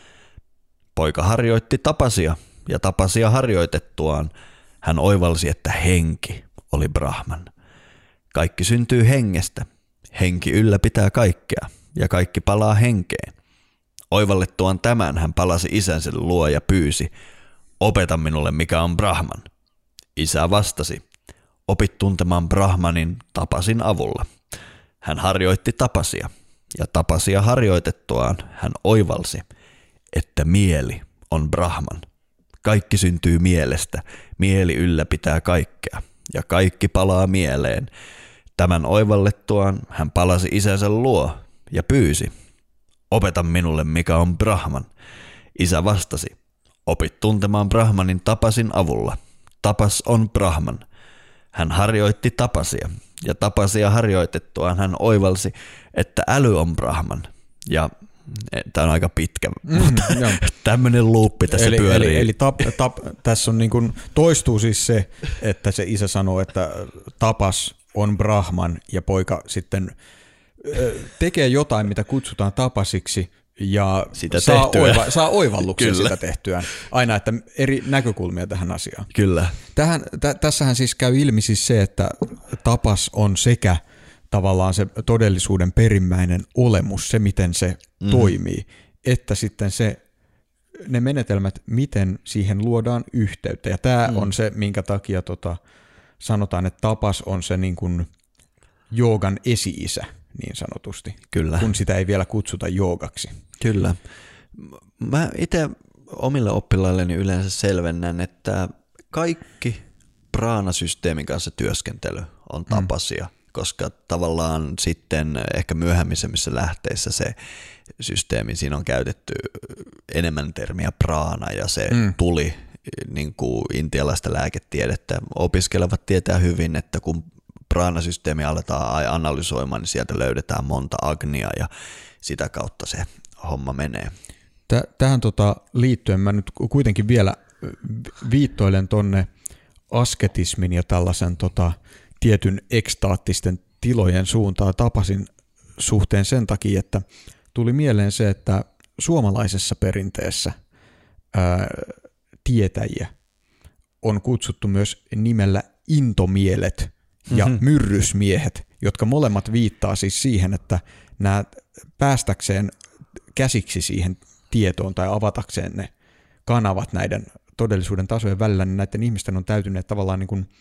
Poika harjoitti tapasia, ja tapasia harjoitettuaan hän oivalsi, että henki oli Brahman. Kaikki syntyy hengestä, henki ylläpitää kaikkea, ja kaikki palaa henkeen. Oivallettuaan tämän hän palasi isänsä luo ja pyysi, opeta minulle mikä on Brahman. Isä vastasi, opit tuntemaan Brahmanin tapasin avulla. Hän harjoitti tapasia, ja tapasia harjoitettuaan hän oivalsi, että mieli on Brahman. Kaikki syntyy mielestä, mieli ylläpitää kaikkea, ja kaikki palaa mieleen. Tämän oivallettuaan hän palasi isänsä luo ja pyysi, opeta minulle mikä on Brahman. Isä vastasi, opit tuntemaan Brahmanin tapasin avulla. Tapas on Brahman. Hän harjoitti tapasia, ja tapasia harjoitettuaan hän oivalsi, että äly on Brahman. Ja tämä on aika pitkä, mm, mutta tämmöinen luuppi tässä eli, pyörii. Eli, eli tap, tap, tässä on niin kuin, toistuu siis se, että se isä sanoo, että tapas on Brahman, ja poika sitten tekee jotain, mitä kutsutaan tapasiksi, ja sitä saa, oiva, saa oivalluksen Kyllä. sitä tehtyään. Aina, että eri näkökulmia tähän asiaan. Kyllä. Tähän, tä, tässähän siis käy ilmi siis se, että tapas on sekä tavallaan se todellisuuden perimmäinen olemus, se miten se mm. toimii, että sitten se, ne menetelmät, miten siihen luodaan yhteyttä. Ja tämä mm. on se, minkä takia tota, sanotaan, että tapas on se niin kuin joogan esi-isä, niin sanotusti, Kyllä. kun sitä ei vielä kutsuta joogaksi. Kyllä. Mä itse omille oppilailleni yleensä selvennän, että kaikki praanasysteemin kanssa työskentely on tapasia, mm. koska tavallaan sitten ehkä myöhemmisemmissä lähteissä se systeemi, siinä on käytetty enemmän termiä praana ja se mm. tuli niin kuin intialaista lääketiedettä. Opiskelevat tietää hyvin, että kun praanasysteemi aletaan analysoimaan, niin sieltä löydetään monta agnia ja sitä kautta se homma menee. Tähän tota liittyen mä nyt kuitenkin vielä viittoilen tonne asketismin ja tällaisen tota tietyn ekstaattisten tilojen suuntaan tapasin suhteen sen takia, että tuli mieleen se, että suomalaisessa perinteessä ää, tietäjiä on kutsuttu myös nimellä intomielet ja mm-hmm. myrrysmiehet, jotka molemmat viittaa siis siihen, että nämä päästäkseen käsiksi siihen tietoon tai avatakseen ne kanavat näiden todellisuuden tasojen välillä, niin näiden ihmisten on täytyneet tavallaan niin kuin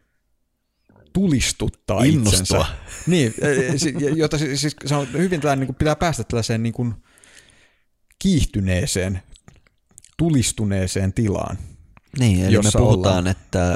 tulistuttaa Innostua. itsensä. Niin, jota siis sanoo, hyvin tällainen, niin kuin pitää päästä tällaiseen niin kuin kiihtyneeseen, tulistuneeseen tilaan. Niin, eli me puhutaan, ollaan. että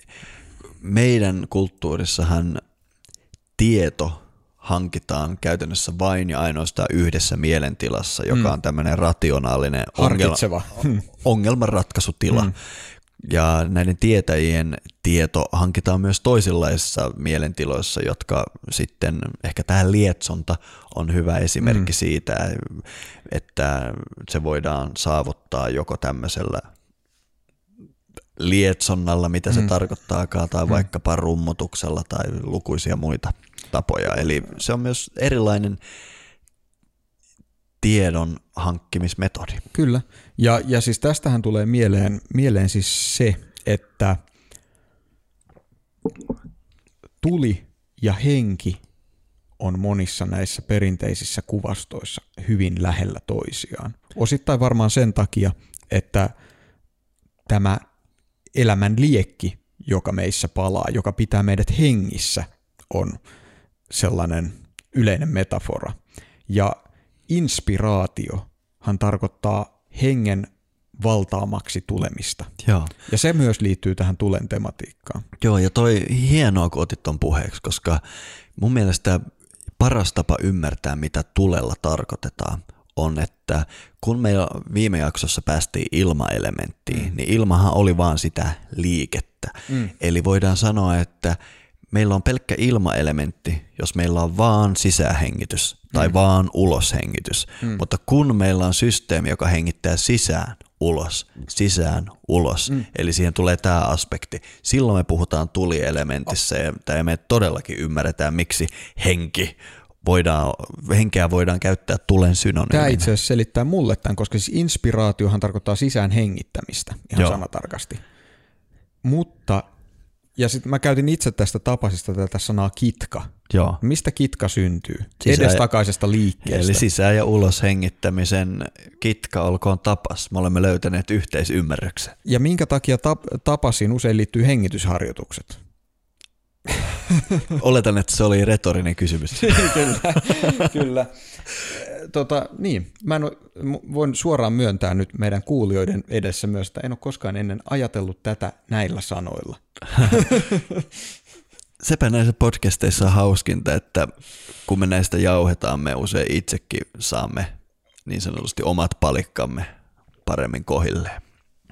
meidän kulttuurissahan tieto hankitaan käytännössä vain ja ainoastaan yhdessä mielentilassa, joka mm. on tämmöinen rationaalinen harkitseva ongelma, ongelmanratkaisutila. Mm. Ja näiden tietäjien tieto hankitaan myös toisenlaisissa mielentiloissa, jotka sitten, ehkä tämä lietsonta on hyvä esimerkki mm. siitä, että se voidaan saavuttaa joko tämmöisellä lietsonnalla, mitä mm. se tarkoittaakaan, tai mm. vaikkapa rummutuksella tai lukuisia muita tapoja. Eli se on myös erilainen tiedon hankkimismetodi. Kyllä. Ja, ja siis tästähän tulee mieleen, mieleen siis se, että tuli ja henki on monissa näissä perinteisissä kuvastoissa hyvin lähellä toisiaan. Osittain varmaan sen takia, että tämä elämän liekki, joka meissä palaa, joka pitää meidät hengissä, on sellainen yleinen metafora. Ja inspiraatiohan tarkoittaa hengen valtaamaksi tulemista. Joo. Ja se myös liittyy tähän tulen tematiikkaan. Joo, ja toi hienoa, kun otit ton puheeksi, koska mun mielestä paras tapa ymmärtää, mitä tulella tarkoitetaan, on, että kun meillä viime jaksossa päästiin ilmaelementtiin, mm. niin ilmahan oli vaan sitä liikettä. Mm. Eli voidaan sanoa, että meillä on pelkkä ilmaelementti, jos meillä on vaan sisähengitys tai mm. vaan uloshengitys. Mm. Mutta kun meillä on systeemi, joka hengittää sisään, ulos, sisään, ulos, mm. eli siihen tulee tämä aspekti, silloin me puhutaan tulielementissa oh. ja me todellakin ymmärretään, miksi henki voidaan, henkeä voidaan käyttää tulen synonyyminä. Tämä itse asiassa selittää mulle tämän, koska siis inspiraatiohan tarkoittaa sisään hengittämistä ihan Joo. sanatarkasti. Mutta ja sitten mä käytin itse tästä tapasista tätä sanaa kitka. Joo. Mistä kitka syntyy? Sisä- Edestakaisesta liikkeestä. Eli sisään- ja ulos hengittämisen kitka olkoon tapas. Me olemme löytäneet yhteisymmärryksen. Ja minkä takia tap- tapasiin usein liittyy hengitysharjoitukset? Oletan, että se oli retorinen kysymys. kyllä, kyllä. Tota, niin, mä en ole, voin suoraan myöntää nyt meidän kuulijoiden edessä myös, että en ole koskaan ennen ajatellut tätä näillä sanoilla. Sepä näissä podcasteissa on hauskinta, että kun me näistä jauhetaan, me usein itsekin saamme niin sanotusti omat palikkamme paremmin kohilleen.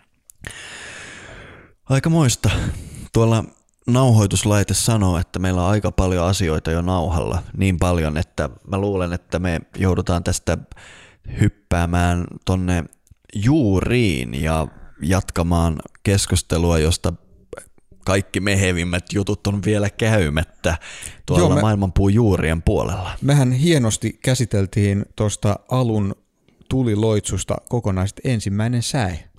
Aika moista. Tuolla nauhoituslaite sanoo, että meillä on aika paljon asioita jo nauhalla. Niin paljon, että mä luulen, että me joudutaan tästä hyppäämään tonne juuriin ja jatkamaan keskustelua, josta kaikki mehevimmät jutut on vielä käymättä tuolla Joo, me, maailmanpuun juurien puolella. Mehän hienosti käsiteltiin tuosta alun tuliloitsusta kokonaisesti ensimmäinen säe.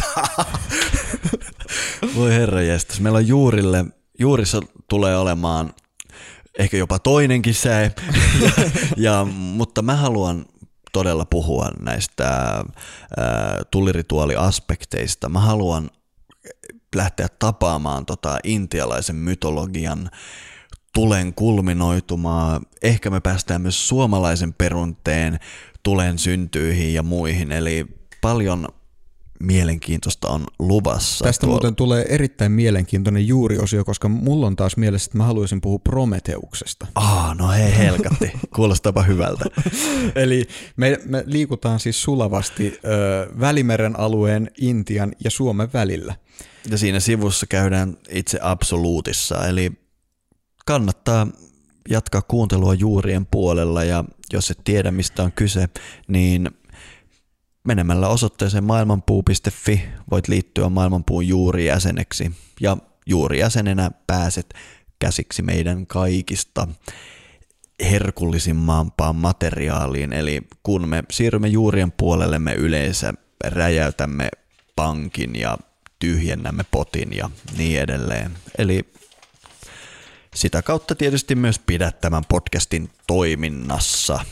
Voi herranjestas, meillä on juurille, juurissa tulee olemaan ehkä jopa toinenkin säe, ja, ja, mutta mä haluan todella puhua näistä ää, tulirituaaliaspekteista. Mä haluan lähteä tapaamaan tota intialaisen mytologian tulen kulminoitumaa. Ehkä me päästään myös suomalaisen perunteen tulen syntyihin ja muihin, eli paljon mielenkiintoista on luvassa. Tästä tuolla. Muuten tulee erittäin mielenkiintoinen juuriosio, koska mulla on taas mielessä, että mä haluaisin puhua Prometeuksesta. Ah, no hei helkatti, kuulostaapa hyvältä. Eli me, me liikutaan siis sulavasti ö, Välimeren alueen, Intian ja Suomen välillä. Ja siinä sivussa käydään itse absoluutissa, eli kannattaa jatkaa kuuntelua juurien puolella, ja jos et tiedä mistä on kyse, niin menemällä osoitteeseen maailmanpuu piste fi voit liittyä Maailmanpuun juurijäseneksi, ja juurijäsenenä pääset käsiksi meidän kaikista herkullisimpaan materiaaliin, eli kun me siirrymme juurien puolelle, me yleensä räjäytämme pankin ja tyhjennämme potin ja niin edelleen. Eli sitä kautta tietysti myös pidät tämän podcastin toiminnassa.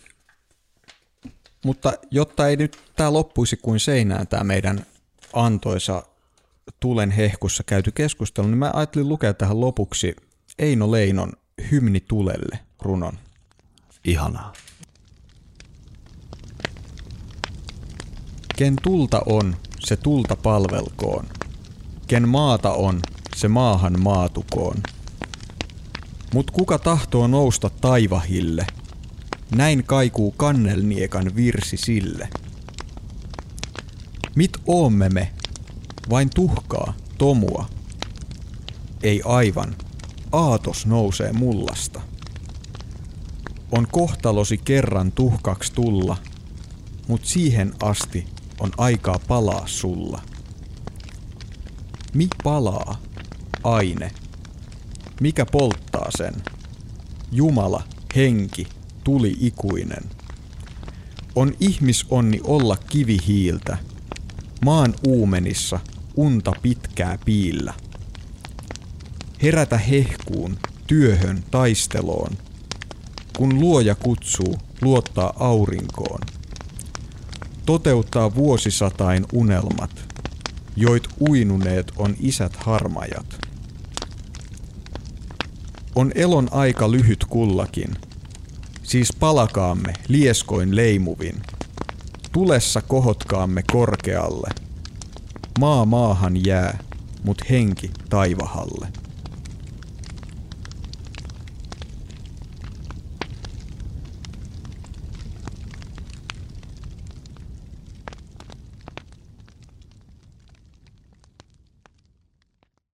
Mutta jotta ei nyt tämä loppuisi kuin seinään tämä meidän antoisa tulen hehkussa käyty keskustelu, niin mä ajattelin lukea tähän lopuksi Eino Leinon Hymni tulelle runon. Ihanaa. Ken tulta on, se tulta palvelkoon. Ken maata on, se maahan maatukoon. Mut kuka tahtoo nousta taivahille, näin kaikuu kannelniekan virsi sille. Mit oomme me, vain tuhkaa, tomua? Ei aivan, aatos nousee mullasta. On kohtalosi kerran tuhkaks tulla, mut siihen asti on aikaa palaa sulla. Mi palaa, aine? Mikä polttaa sen? Jumala, henki, tuli ikuinen. On ihmisonni olla kivihiiltä, maan uumenissa unta pitkää piillä. Herätä hehkuun, työhön, taisteloon, kun luoja kutsuu luottaa aurinkoon. Toteuttaa vuosisatain unelmat, joit uinuneet on isät harmajat. On elon aika lyhyt kullakin, siis palakaamme lieskoin leimuvin. Tulessa kohotkaamme korkealle, Maa maahan jää, mut henki taivahalle.